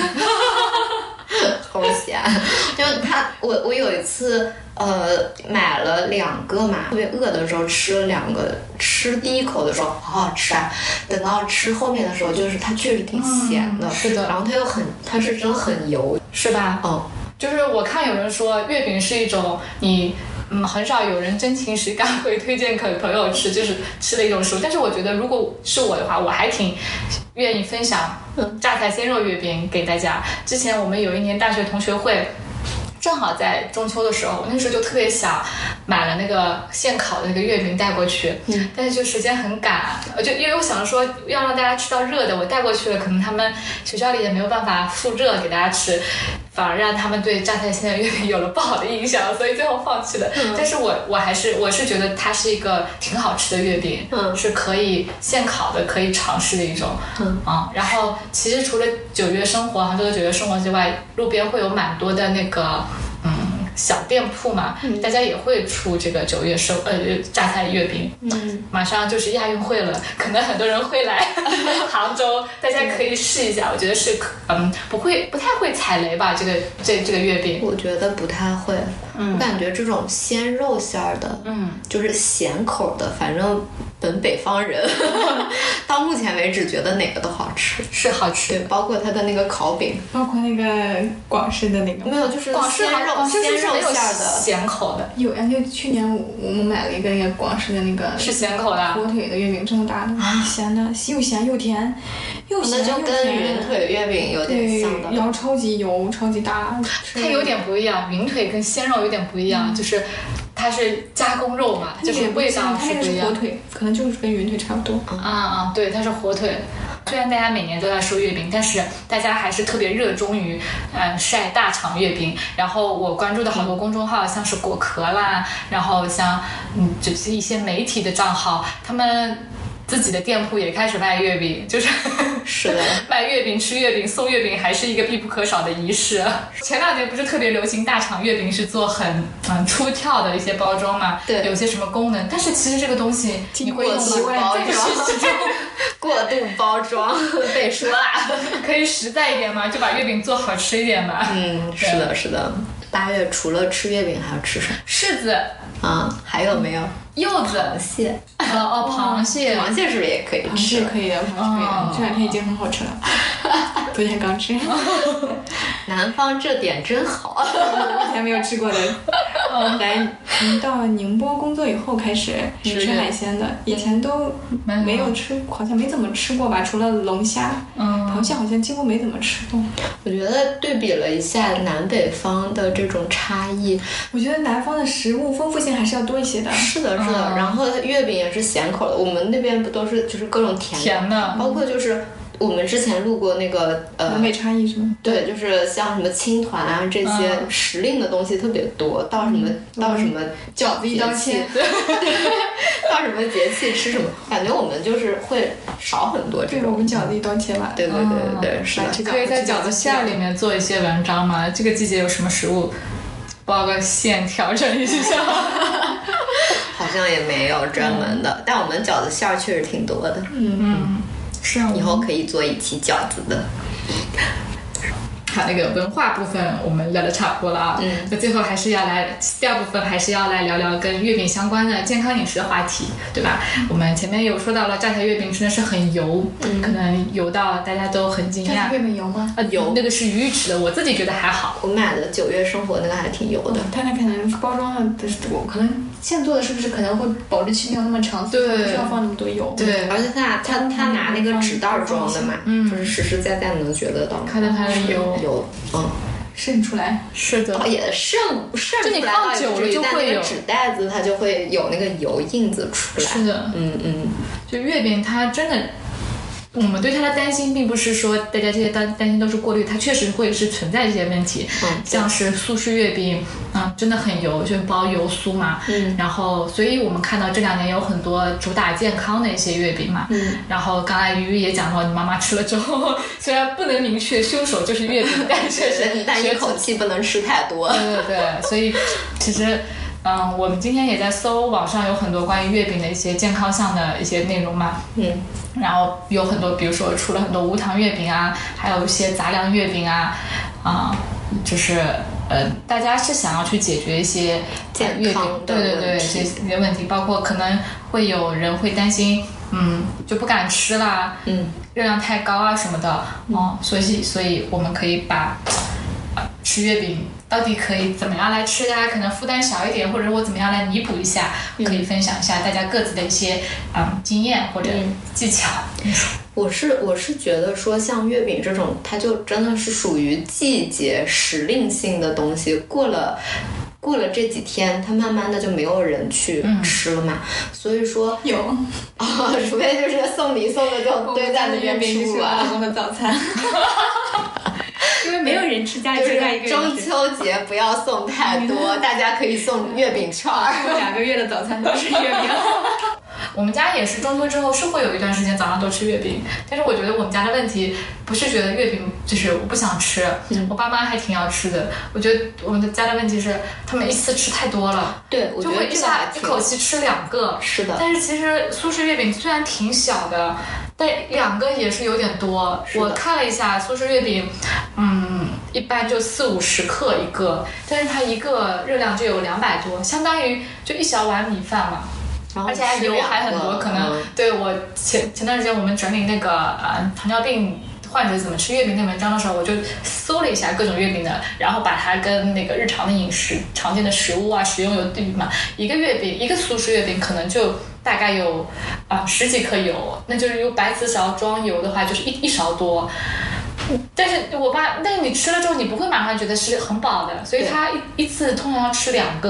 齁咸。就他，我我有一次呃买了两个嘛，特别饿的时候吃了两个，吃第一口的时候好好吃啊，等到吃后面的时候，就是它确实挺咸的， 嗯、是的， 然后它又很，它是真的很油， 是吧？ 嗯， 就是我看有人说月饼是一种你。嗯，很少有人真情实感会推荐给朋友吃，就是吃的一种食物。但是我觉得，如果是我的话，我还挺愿意分享榨菜鲜肉月饼给大家。之前我们有一年大学同学会，正好在中秋的时候，我那时候就特别想买了那个现烤的那个月饼带过去，嗯，但是就时间很赶，就因为我想说要让大家吃到热的，我带过去了，可能他们学校里也没有办法复热给大家吃。反而让他们对榨菜鲜肉月饼有了不好的印象，所以最后放弃了。嗯、但是我我还是我是觉得它是一个挺好吃的月饼，嗯，是可以现烤的，可以尝试的一种，嗯啊。然后其实除了九月生活，杭州的九月生活之外，路边会有蛮多的那个嗯小店铺嘛，嗯、大家也会出这个九月生呃榨菜月饼。嗯，马上就是亚运会了，可能很多人会来杭州，大家可以试一下。我觉得是嗯不会不太会踩雷吧，这个这这个月饼。 我觉得不太会，嗯、我感觉这种鲜肉馅儿的，嗯，就是咸口的，反正本北方人到目前为止觉得哪个都好吃， 是好吃， 对，包括它的那个烤饼， 包括那个广式的那个， 没有，就是广式鲜肉鲜肉馅儿的咸口的， 有呀，就去年我们买了一个那个广式的那个是咸口的火腿的月饼，这么大的，咸的，又咸又甜，又咸又甜， 那就跟云腿月饼有点像的， 然后超级油，超级大， 它有点不一样，云腿跟鲜肉有点不一样，嗯、就是它是加工肉嘛，就是味道是不一样。它那个是火腿，可能就是跟云腿差不多。 啊啊，对，它是火腿。 虽然大家每年都在说月饼，但是大家还是特别热衷于嗯晒大厂月饼。然后我关注的好多公众号，像是果壳啦，然后像嗯就是一些媒体的账号，他们自己的店铺也开始卖月饼，就是是的， 卖月饼、吃月饼、送月饼还是一个必不可少的仪式。前两年不是特别流行大厂月饼是做很嗯出挑的一些包装嘛， 对， 有些什么功能，但是其实这个东西你会用过度包装，过度包装被说啦， 可以实在一点嘛，就把月饼做好吃一点嘛。 嗯，是的，是的。八月除了吃月饼还要吃啥？ 柿子啊，还有没有？ 柚子、 螃蟹。 哦哦，螃蟹， 螃蟹是不是也可以吃？ 螃蟹可以的，螃蟹可以的， 哦、 这两天已经很好吃了。昨天刚吃。 南方这点真好， 我以前没有吃过的。来，嗯，到宁波工作以后开始吃海鲜的，以前都没有吃，好像没怎么吃过吧，除了龙虾， 嗯， 螃蟹好像几乎没怎么吃过。 我觉得对比了一下南北方的这种差异， 我觉得南方的食物丰富性还是要多一些的。 是的，是的。嗯、然后月饼也是咸口的，我们那边不都是就是各种甜的， 甜的， 包括就是我们之前录过那个呃南北差异是吗？ 对，就是像什么青团啊这些时令的东西特别多，到什么、嗯、到什么饺子一刀切， 对，到什么节气吃什么，感觉我们就是会少很多这种。 对，我们饺子一刀切吧。 对对对对对，是的。 可以在饺子馅儿里面做一些文章吗？这个季节有什么食物？包个馅调整一下。 好像也没有专门的，嗯、但我们饺子馅儿确实挺多的。 嗯嗯，是啊， 以后可以做一期饺子的。 好，那个文化部分我们聊的差不多了啊。 嗯， 那最后还是要来第二部分，还是要来聊聊跟月饼相关的健康饮食的话题，对吧？嗯、我们前面有说到了榨菜月饼真的是很油， 嗯、 可能油到大家都很惊讶。 榨菜月饼油吗？ 啊，油，那个是鱼脂的，我自己觉得还好。 我买的九月生活那个还挺油的， 嗯、它那可能包装的，我可能现做的是不是可能会保质期没有那么长， 对， 不需要放那么多油。 对，而且他他他拿那个纸袋装的嘛，嗯，就是实实在在能觉得到， 看到它的油油，嗯。 渗出来， 是的， 哦、也渗渗出来， 就你放久了就会有纸袋子，它就会有那个油印子出来。 是的， 嗯嗯， 就月饼它真的。我们对它的担心并不是说大家这些担担心都是过滤，它确实会是存在这些问题， 嗯， 像是苏式月饼，嗯，真的很油，就是包油酥嘛， 嗯， 然后所以我们看到这两年有很多主打健康的一些月饼嘛， 嗯， 然后刚才鱼鱼也讲到，你妈妈吃了之后，虽然不能明确凶手就是月饼，但确实但一口气不能吃太多， 对对对，所以其实。嗯，我们今天也在搜网上有很多关于月饼的一些健康项的一些内容嘛， 嗯， 然后有很多，比如说出了很多无糖月饼啊，还有一些杂粮月饼啊，啊、嗯，就是呃，大家是想要去解决一些健康的对对对这些问题，包括可能会有人会担心，嗯，就不敢吃啦， 嗯， 热量太高啊什么的，哦、嗯，所以所以我们可以把、呃、吃月饼。到底可以怎么样来吃呀？可能负担小一点，或者我怎么样来弥补一下？嗯、可以分享一下大家各自的一些嗯经验或者技巧。 嗯、我是我是觉得说，像月饼这种，它就真的是属于季节时令性的东西，过了。过了这几天，它慢慢的就没有人去吃了嘛，嗯、所以说有啊、哦，除非就是送礼送的就堆在那边吃不完。 老公的早餐。因为没有人吃，家里就他一个人吃。 中秋节不要送太多，大家可以送月饼券儿。 两个月的早餐都是月饼。 我们家也是中秋之后是会有一段时间早上都吃月饼，但是我觉得我们家的问题不是觉得月饼就是我不想吃，嗯、我爸妈还挺要吃的。我觉得我们的家的问题是他们一次吃太多了， 对，我觉得就会一下一口气吃两个。 是的， 但是其实苏式月饼虽然挺小的，但两个也是有点多。我看了一下苏式月饼，嗯，一般就四五十克一个，但是它一个热量就有两百多，相当于就一小碗米饭嘛。而且还油还很多，可能、嗯、对我前前段时间我们整理那个呃糖尿病患者怎么吃月饼那文章的时候，我就搜了一下各种月饼的，然后把它跟那个日常的饮食常见的食物啊食用油对比嘛，一个月饼一个苏式月饼可能就大概有啊、呃、十几克油，那就是有白瓷勺装油的话就是一一勺多。但是我爸，但是你吃了之后，你不会马上觉得是很饱的，所以他一一次通常要吃两个，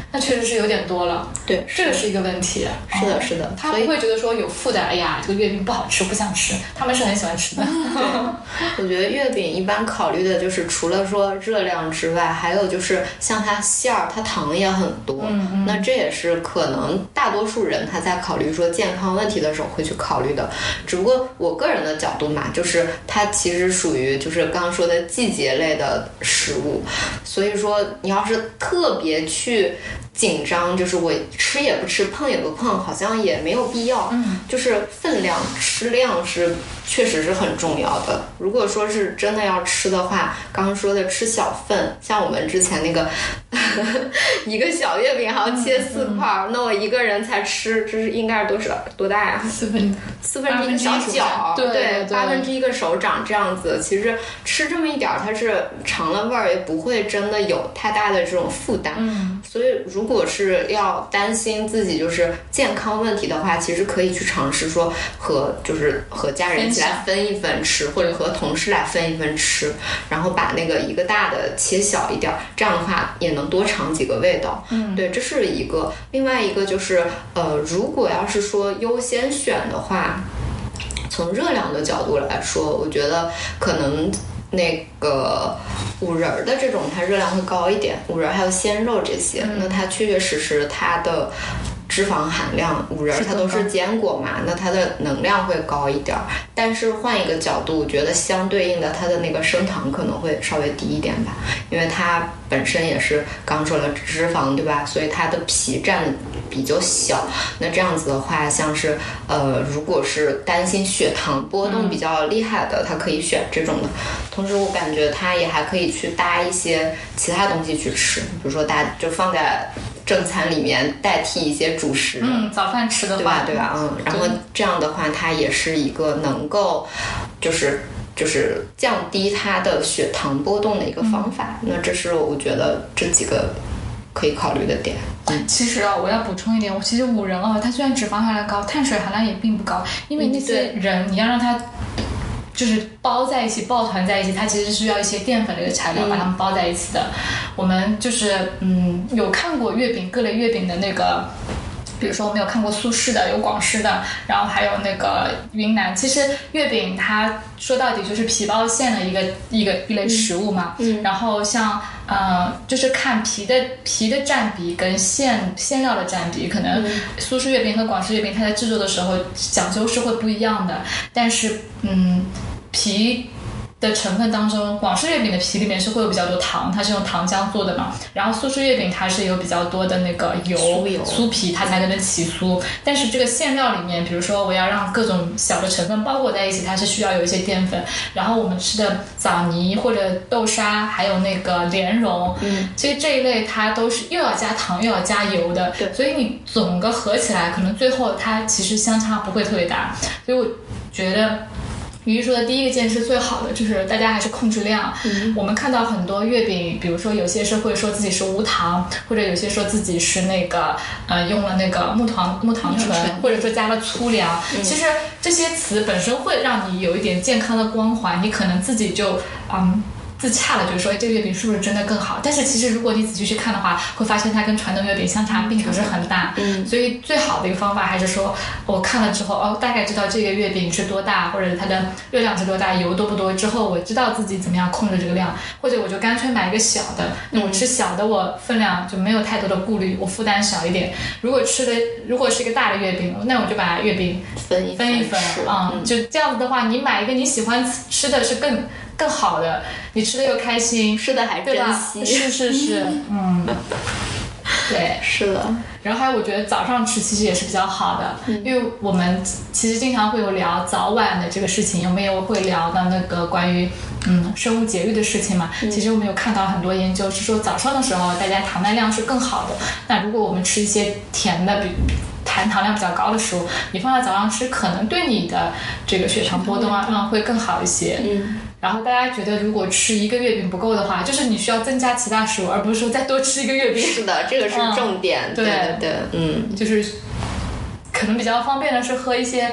那确实是有点多了。 对， 这个是一个问题。 是的，是的， 他不会觉得说有负担，哎呀，这个月饼不好吃，不想吃。他们是很喜欢吃的。 对，我觉得月饼一般考虑的就是除了说热量之外，还有就是像它馅儿，它糖也很多。嗯嗯。那这也是可能大多数人他在考虑说健康问题的时候会去考虑的。只不过我个人的角度嘛，就是它其实属于就是刚刚说的季节类的食物，所以说你要是特别去紧张，就是我吃也不吃，碰也不碰，好像也没有必要。嗯，就是分量吃量是确实是很重要的。如果说是真的要吃的话，刚刚说的吃小份，像我们之前那个一个小月饼还要切四块、嗯嗯、那我一个人才吃，这是应该是多少多大呀？ 四分四分之一个小角， 对对，八分之一个手掌这样子。其实吃这么一点它是尝了味儿，也不会真的有太大的这种负担。嗯，所以如果是要担心自己就是健康问题的话，其实可以去尝试说和就是和家人一起来分一分吃，或者和同事来分一分吃，然后把那个一个大的切小一点，这样的话也能多尝几个味道。嗯，对，这是一个。另外一个就是呃，如果要是说优先选的话，从热量的角度来说，我觉得可能那个五仁的这种它热量会高一点，五仁还有鲜肉这些、嗯、那它确确实实它的脂肪含量，五仁它都是坚果嘛，那它的能量会高一点。但是换一个角度，我觉得相对应的它的那个升糖可能会稍微低一点吧，因为它本身也是刚说了脂肪对吧，所以它的皮占的比较小。那这样子的话，像是呃如果是担心血糖波动比较厉害的、嗯、它可以选这种的。同时我感觉它也还可以去搭一些其他东西去吃，比如说搭就放在正餐里面代替一些主食， 嗯，早饭吃的话， 对吧？对吧？嗯，然后这样的话，它也是一个能够，就是就是降低它的血糖波动的一个方法。嗯、那这是我觉得这几个可以考虑的点。 嗯，其实啊，我要补充一点，我其实五仁啊，它虽然脂肪含量高，碳水含量也并不高，因为那些人、嗯、你要让它就是包在一起，抱团在一起，它其实是需要一些淀粉的一个材料把它们包在一起的。嗯、我们就是嗯有看过月饼各类月饼的那个，比如说我们有看过苏式的，有广式的，然后还有那个云南。其实月饼它说到底就是皮包馅的一个一个一类食物嘛。嗯。然后像呃就是看皮的皮的占比跟馅馅料的占比，可能苏式月饼和广式月饼它在制作的时候讲究是会不一样的，但是嗯皮的成分当中，广式月饼的皮里面是会有比较多糖，它是用糖浆做的嘛。然后苏式月饼它是有比较多的那个油酥油酥皮，它才能起酥。但是这个馅料里面，比如说我要让各种小的成分包裹在一起，它是需要有一些淀粉。然后我们吃的枣泥或者豆沙，还有那个莲蓉，嗯，其实这一类它都是又要加糖又要加油的，对，所以你总个合起来，可能最后它其实相差不会特别大。所以我觉得于说的第一个件事最好的就是大家还是控制量、嗯、我们看到很多月饼，比如说有些是会说自己是无糖，或者有些说自己是那个呃用了那个木糖木糖醇，或者说加了粗粮、嗯、其实这些词本身会让你有一点健康的光环，你可能自己就嗯自洽了，就是说这个月饼是不是真的更好。但是其实如果你仔细去看的话，会发现它跟传统月饼相差并不是很大。嗯，所以最好的一个方法还是说我看了之后哦，大概知道这个月饼是多大，或者它的热量是多大，油多不多，之后我知道自己怎么样控制这个量，或者我就干脆买一个小的，那我吃小的我分量就没有太多的顾虑，我负担小一点。如果吃的如果是一个大的月饼，那我就把月饼分一分一分啊、嗯，就这样子的话，你买一个你喜欢吃的是更更好的，你吃的又开心， 吃的还珍惜， 是是是，嗯，对， 是的。 然后还有我觉得早上吃其实也是比较好的、嗯、因为我们其实经常会有聊早晚的这个事情，我们也会聊到那个关于嗯生物节律的事情嘛、嗯、其实我们有看到很多研究是说早上的时候大家糖耐量是更好的，那如果我们吃一些甜的比含糖量比较高的食物，你放在早上吃可能对你的这个血糖波动啊、嗯、会更好一些。嗯，然后大家觉得如果吃一个月饼不够的话，就是你需要增加其他食物，而不是说再多吃一个月饼。 是的，这个是重点、 嗯、对对对对，嗯， 就是可能比较方便的是喝一些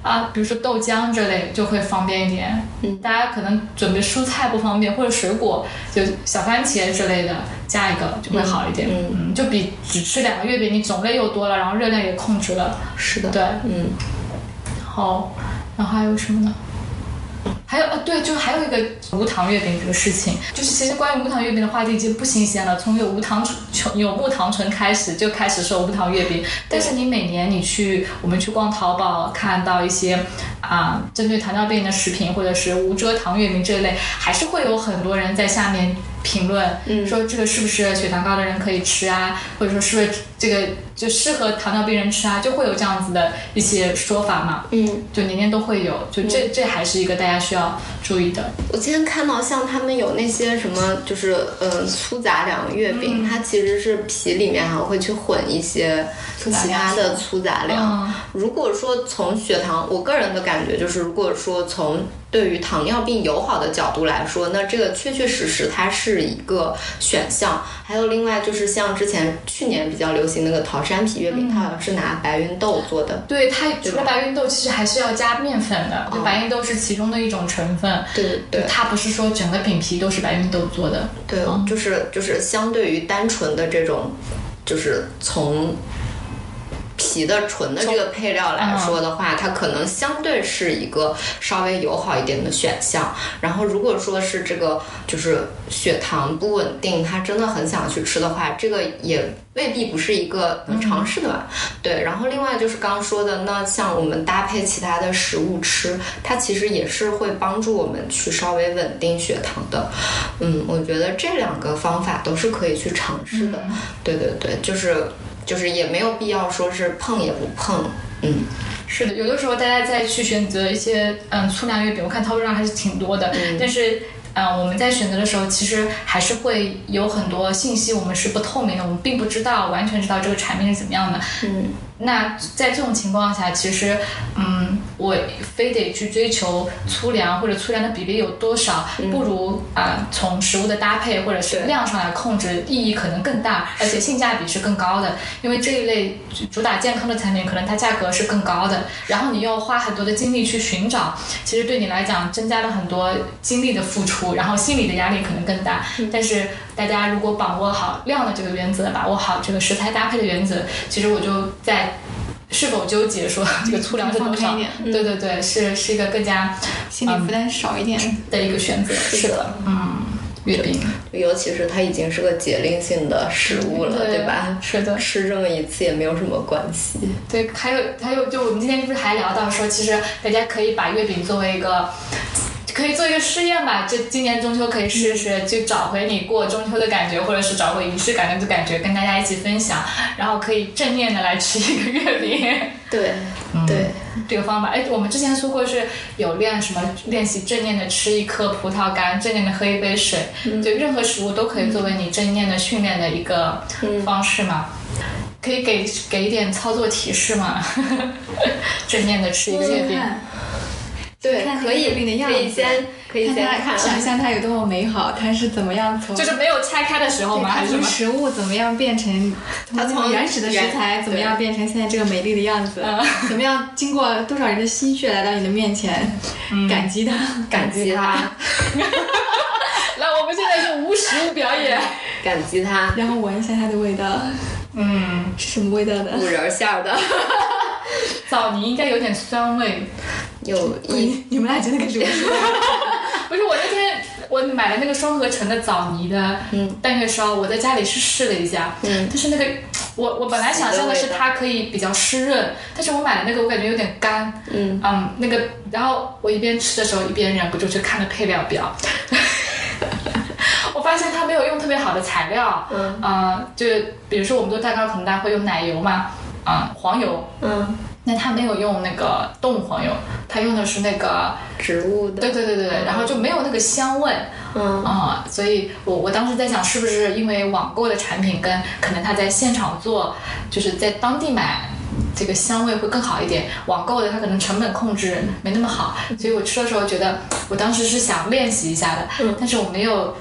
啊，比如说豆浆这类就会方便一点。 嗯， 大家可能准备蔬菜不方便，或者水果就小番茄之类的加一个就会好一点。 嗯 嗯, 嗯，就比只吃两个月饼，你种类又多了，然后热量也控制了。 是的， 对， 嗯。 好，然后还有什么呢？还有呃，对，就还有一个无糖月饼这个事情，就是其实关于无糖月饼的话题已经不新鲜了，从有无糖醇、有木糖醇开始就开始说无糖月饼。但是你每年你去我们去逛淘宝看到一些啊、呃、针对糖尿病的食品或者是无蔗糖月饼这一类，还是会有很多人在下面评论、嗯、说这个是不是血糖高的人可以吃啊，或者说是不是这个就适合糖尿病人吃啊，就会有这样子的一些说法嘛。 嗯， 就年年都会有，就这、嗯、这还是一个大家需要注意的。 我今天看到像他们有那些什么就是呃粗杂粮月饼、嗯、它其实是皮里面还会去混一些其他的粗杂粮、嗯、如果说从血糖，我个人的感觉就是如果说从对于糖尿病友好的角度来说，那这个确确实实它是一个选项。还有另外就是像之前去年比较流行那个桃山皮月饼、嗯、它好像是拿白芸豆做的。 对，它除了白芸豆其实还是要加面粉的、哦、白芸豆是其中的一种成分。 对对， 它不是说整个饼皮都是白芸豆做的。 对、嗯、就是就是相对于单纯的这种就是从皮的纯的这个配料来说的话、嗯、它可能相对是一个稍微友好一点的选项。然后如果说是这个就是血糖不稳定，他真的很想去吃的话，这个也未必不是一个能尝试的吧、嗯、对。然后另外就是刚刚说的，那像我们搭配其他的食物吃，它其实也是会帮助我们去稍微稳定血糖的。嗯，我觉得这两个方法都是可以去尝试的、嗯、对对对，就是就是也没有必要说是碰也不碰。嗯， 是的，有的时候大家再去选择一些嗯粗粮月饼，我看淘宝上还是挺多的、嗯、但是嗯、呃，我们在选择的时候其实还是会有很多信息我们是不透明的，我们并不知道完全知道这个产品是怎么样的。 嗯， 那在这种情况下，其实嗯，我非得去追求粗粮或者粗粮的比例有多少、嗯、不如啊、呃、从食物的搭配或者是量上来控制，意义可能更大，而且性价比是更高的。因为这一类主打健康的产品可能它价格是更高的，然后你要花很多的精力去寻找，其实对你来讲增加了很多精力的付出，然后心理的压力可能更大、嗯、但是大家如果把握好量的这个原则，把握好这个食材搭配的原则，其实我就在是否纠结说这个粗粮是多少、嗯、对对对，是是一个更加心理负担少一点、 嗯、的一个选择。是的，嗯，月饼尤其是它已经是个节令性的食物了， 对, 对吧？ 是的， 吃这么一次也没有什么关系。 对，还有还有就我们今天不是还聊到说，其实大家可以把月饼作为一个可以做一个试验吧，这今年中秋可以试试，就找回你过中秋的感觉，或者是找回仪式感的感觉，跟大家一起分享，然后可以正念的来吃一个月饼。 对、嗯、对， 这个方法，哎，我们之前说过是有练什么练习正念的吃一颗葡萄干，正念的喝一杯水，嗯、对，任何食物都可以作为你正念的训练的一个方式嘛。嗯，可以给给一点操作提示吗？正念的吃一个月饼。 对，可以，可以先，可以先看，想象它有多么美好，它是怎么样从， 就是没有拆开的时候吗？ 它从食物怎么样变成，它从原始的食材怎么样变成现在这个美丽的样子？怎么样经过多少人的心血来到你的面前？嗯、感激它， 感激它。 那我们现在是无实物表演， 感激它， 然后闻一下它的味道。 嗯， 是什么味道的？ 五仁馅的。 枣泥应该有点酸味。 有一，你们俩真的开始说不是，我那天我买了那个双合成的枣泥的蛋月烧，我在家里是试了一下，嗯，但是那个我我本来想象的是它可以比较湿润，但是我买的那个我感觉有点干，嗯嗯，那个，然后我一边吃的时候一边忍不住去看了配料表。我发现它没有用特别好的材料，嗯，呃、就比如说我们做蛋糕可能大家会用奶油嘛，啊、呃，黄油，嗯。那他没有用那个动物黄油，他用的是那个植物的， 对对对对对，然后就没有那个香味，嗯啊、呃，所以我我当时在想，是不是因为网购的产品跟可能他在现场做，就是在当地买，这个香味会更好一点，网购的它可能成本控制没那么好，所以我吃的时候觉得，我当时是想练习一下的，嗯、但是我没有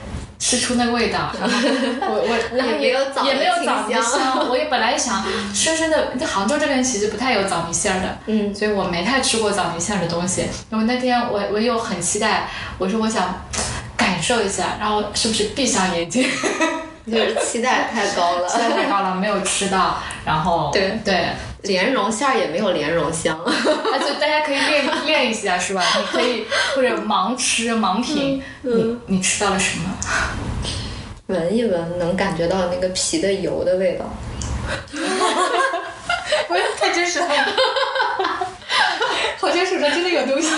吃出那味道，然后我我然后也没有枣也没有枣米米香，我也本来想深深的，杭州这边其实不太有枣米馅儿的， 嗯， 所以我没太吃过枣米馅儿的东西。我那天我我又很期待，我说我想感受一下，然后是不是闭上眼睛？ 就是期待太高了， 期待太高了，没有吃到，然后对对。 莲蓉馅儿也没有莲蓉香， 而且大家可以练练一下，是吧？你可以或者盲吃盲品， 嗯、 你你吃到了什么？ 闻一闻，能感觉到那个皮的油的味道。 我也太真实了，好像手上真的有东西。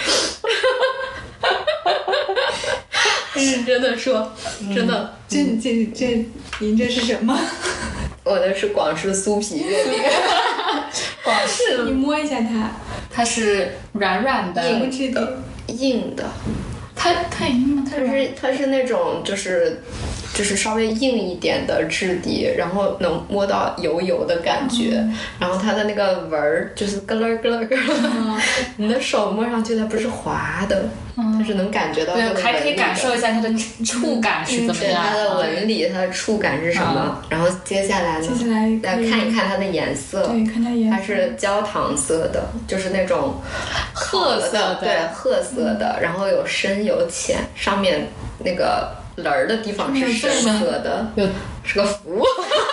认真的说，真的， 这这这，您这是什么？ 我的是广式酥皮月饼。 广式， 你摸一下它， 它是软软的， 硬质地， 硬的。 它它硬吗？它它是它是那种就是就是稍微硬一点的质地，然后能摸到油油的感觉，嗯、然后它的那个纹儿就是咯楞咯楞咯楞，你的手摸上去它不是滑的，嗯、它是能感觉到它的纹理的。 对，还可以感受一下它的触感是怎么样， 它的纹理、它的触感是什么。嗯、然后接下来呢， 接下来来看一看它的颜色， 对，看它颜色， 它是焦糖色的，就是那种褐色的， 对，褐色的，嗯、然后有深有浅，上面那个棱儿的地方是深色的， 有是个福，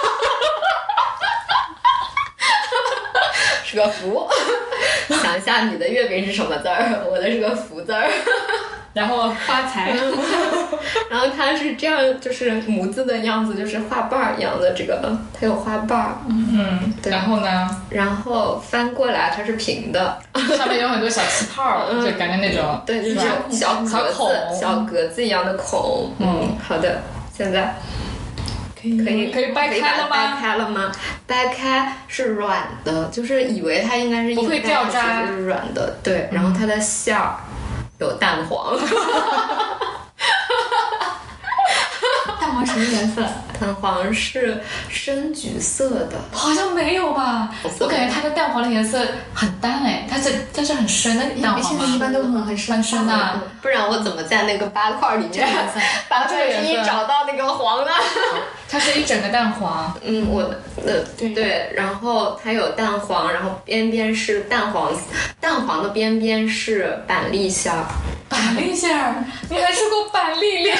是个福。想一下你的月饼是什么字儿？我的是个福字儿。 然后发财， 然后它是这样，就是模字的样子，就是花瓣儿一样的这个，它有花瓣儿。 嗯，对。然后呢？ 然后翻过来它是平的， 上面有很多小气泡，嗯、就感觉那种对，就是小小格子、小格子一样的孔。嗯，好的，现在可以可以可以掰开了吗？ 掰开了吗？掰开是软的，就是以为它应该是不会掉渣， 是软的。对，然后它的馅儿。有蛋黄， 蛋黄什么颜色？ 蛋黄是深橘色的， 好像没有吧？我感觉它的蛋黄的颜色很淡哎，它是它是很深的蛋黄吗？ 一般都很很深很深的， 不然我怎么在那个八块里面八块里找到那个黄的？ 它是一整个蛋黄， 嗯，我呃对对，然后它有蛋黄，然后边边是蛋黄，蛋黄的边边是板栗馅儿。 板栗馅儿，你还吃过板栗莲？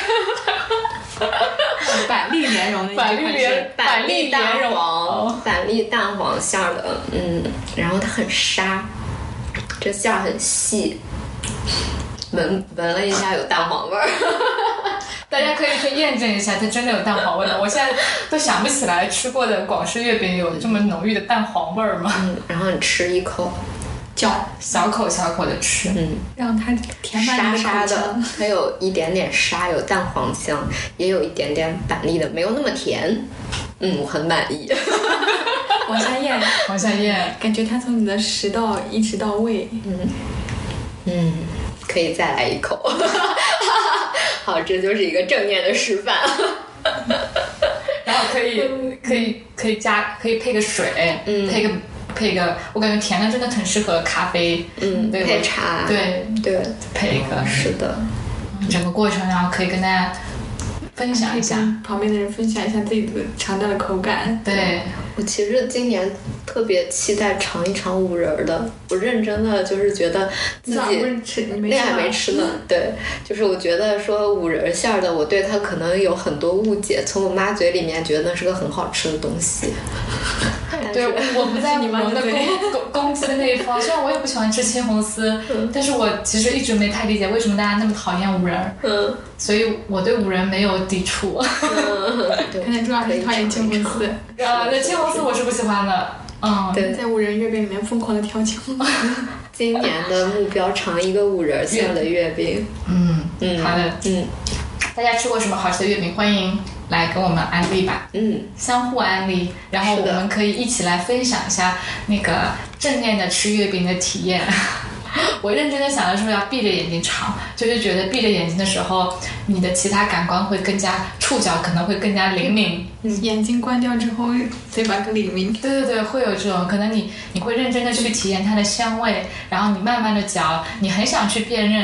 板栗莲蓉的， 板栗莲， 板栗蛋黄，板栗蛋黄馅儿的，嗯，然后它很沙，这馅儿很细，闻闻了一下有蛋黄味儿。 大家可以去验证一下，它真的有蛋黄味儿。我现在都想不起来吃过的广式月饼有这么浓郁的蛋黄味儿吗？ 嗯，然后你吃一口， 嚼，小口小口的吃， 嗯， 让它填满你的口腔。 它有一点点沙，有蛋黄香，也有一点点板栗的，没有那么甜。嗯，我很满意。 往下咽， 往下咽， 感觉它从你的食道一直到胃。 嗯嗯，可以再来一口。好，这就是一个正面的示范。 然后可以可以可以加，可以配个水， 嗯， 配个配个，我感觉甜的真的很适合咖啡， 嗯， 对， 配茶， 对对， 配一个， 是的， 整个过程，然后可以跟大家分享一下， 旁边的人分享一下自己的尝到的口感。 对， 我其实今年特别期待尝一尝五仁的，我认真的就是觉得自己那还没吃呢，对，就是我觉得说五仁馅的，我对它可能有很多误解，从我妈嘴里面觉得那是个很好吃的东西。 对，我不在你们的攻攻攻击的那一方，虽然我也不喜欢吃青红丝， 嗯、 但是我其实一直没太理解为什么大家那么讨厌五仁， 嗯， 所以我对五仁没有抵触。 嗯，对， 看来主要是讨厌青红丝。 啊，对，青红丝我是不喜欢的。嗯， 对， 在五仁月饼里面疯狂的挑青红丝。 今年的目标尝一个五仁馅的月饼。 嗯嗯， 好的， 嗯， 大家吃过什么好吃的月饼？欢迎来跟我们安利吧。 嗯， 相互安利，然后我们可以一起来分享一下那个正念的吃月饼的体验。我认真的想的时候要闭着眼睛尝，就是觉得闭着眼睛的时候，你的其他感官会更加，触角可能会更加灵敏。 嗯，眼睛关掉之后，嘴巴更灵敏。 对对对，会有这种可能你，你会认真的去体验它的香味，然后你慢慢的嚼，你很想去辨认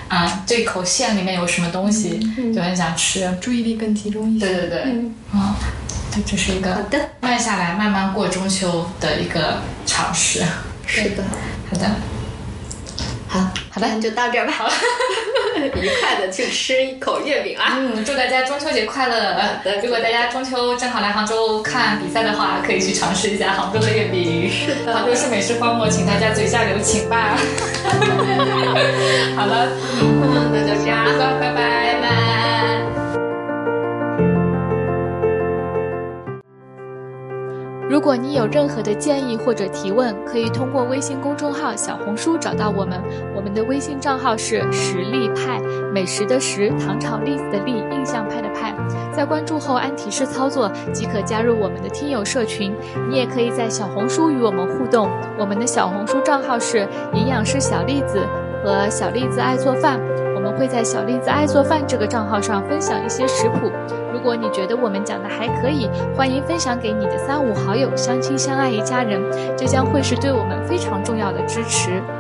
啊，这口馅里面有什么东西，嗯、就很想吃， 注意力更集中一些。 对对对，嗯，啊，对，这是一个好的慢下来慢慢过中秋的一个尝试。 是的， 好的， 好，好的，那就到这儿吧。好，愉快的去吃一口月饼啊！ 嗯，祝大家中秋节快乐。如果大家中秋正好来杭州看比赛的话，可以去尝试一下杭州的月饼。 是的， 杭州市美食荒漠，请大家嘴下留情吧。好了， 嗯，那就这样， 拜拜，拜拜。 如果你有任何的建议或者提问，可以通过微信公众号、小红书找到我们。我们的微信账号是实力派，美食的食，糖炒栗子的栗，印象派的派。在关注后按提示操作，即可加入我们的听友社群。你也可以在小红书与我们互动，我们的小红书账号是营养师小栗子和小栗子爱做饭。我们会在小栗子爱做饭这个账号上分享一些食谱。如果你觉得我们讲的还可以，欢迎分享给你的三五好友，相亲相爱一家人，这将会是对我们非常重要的支持。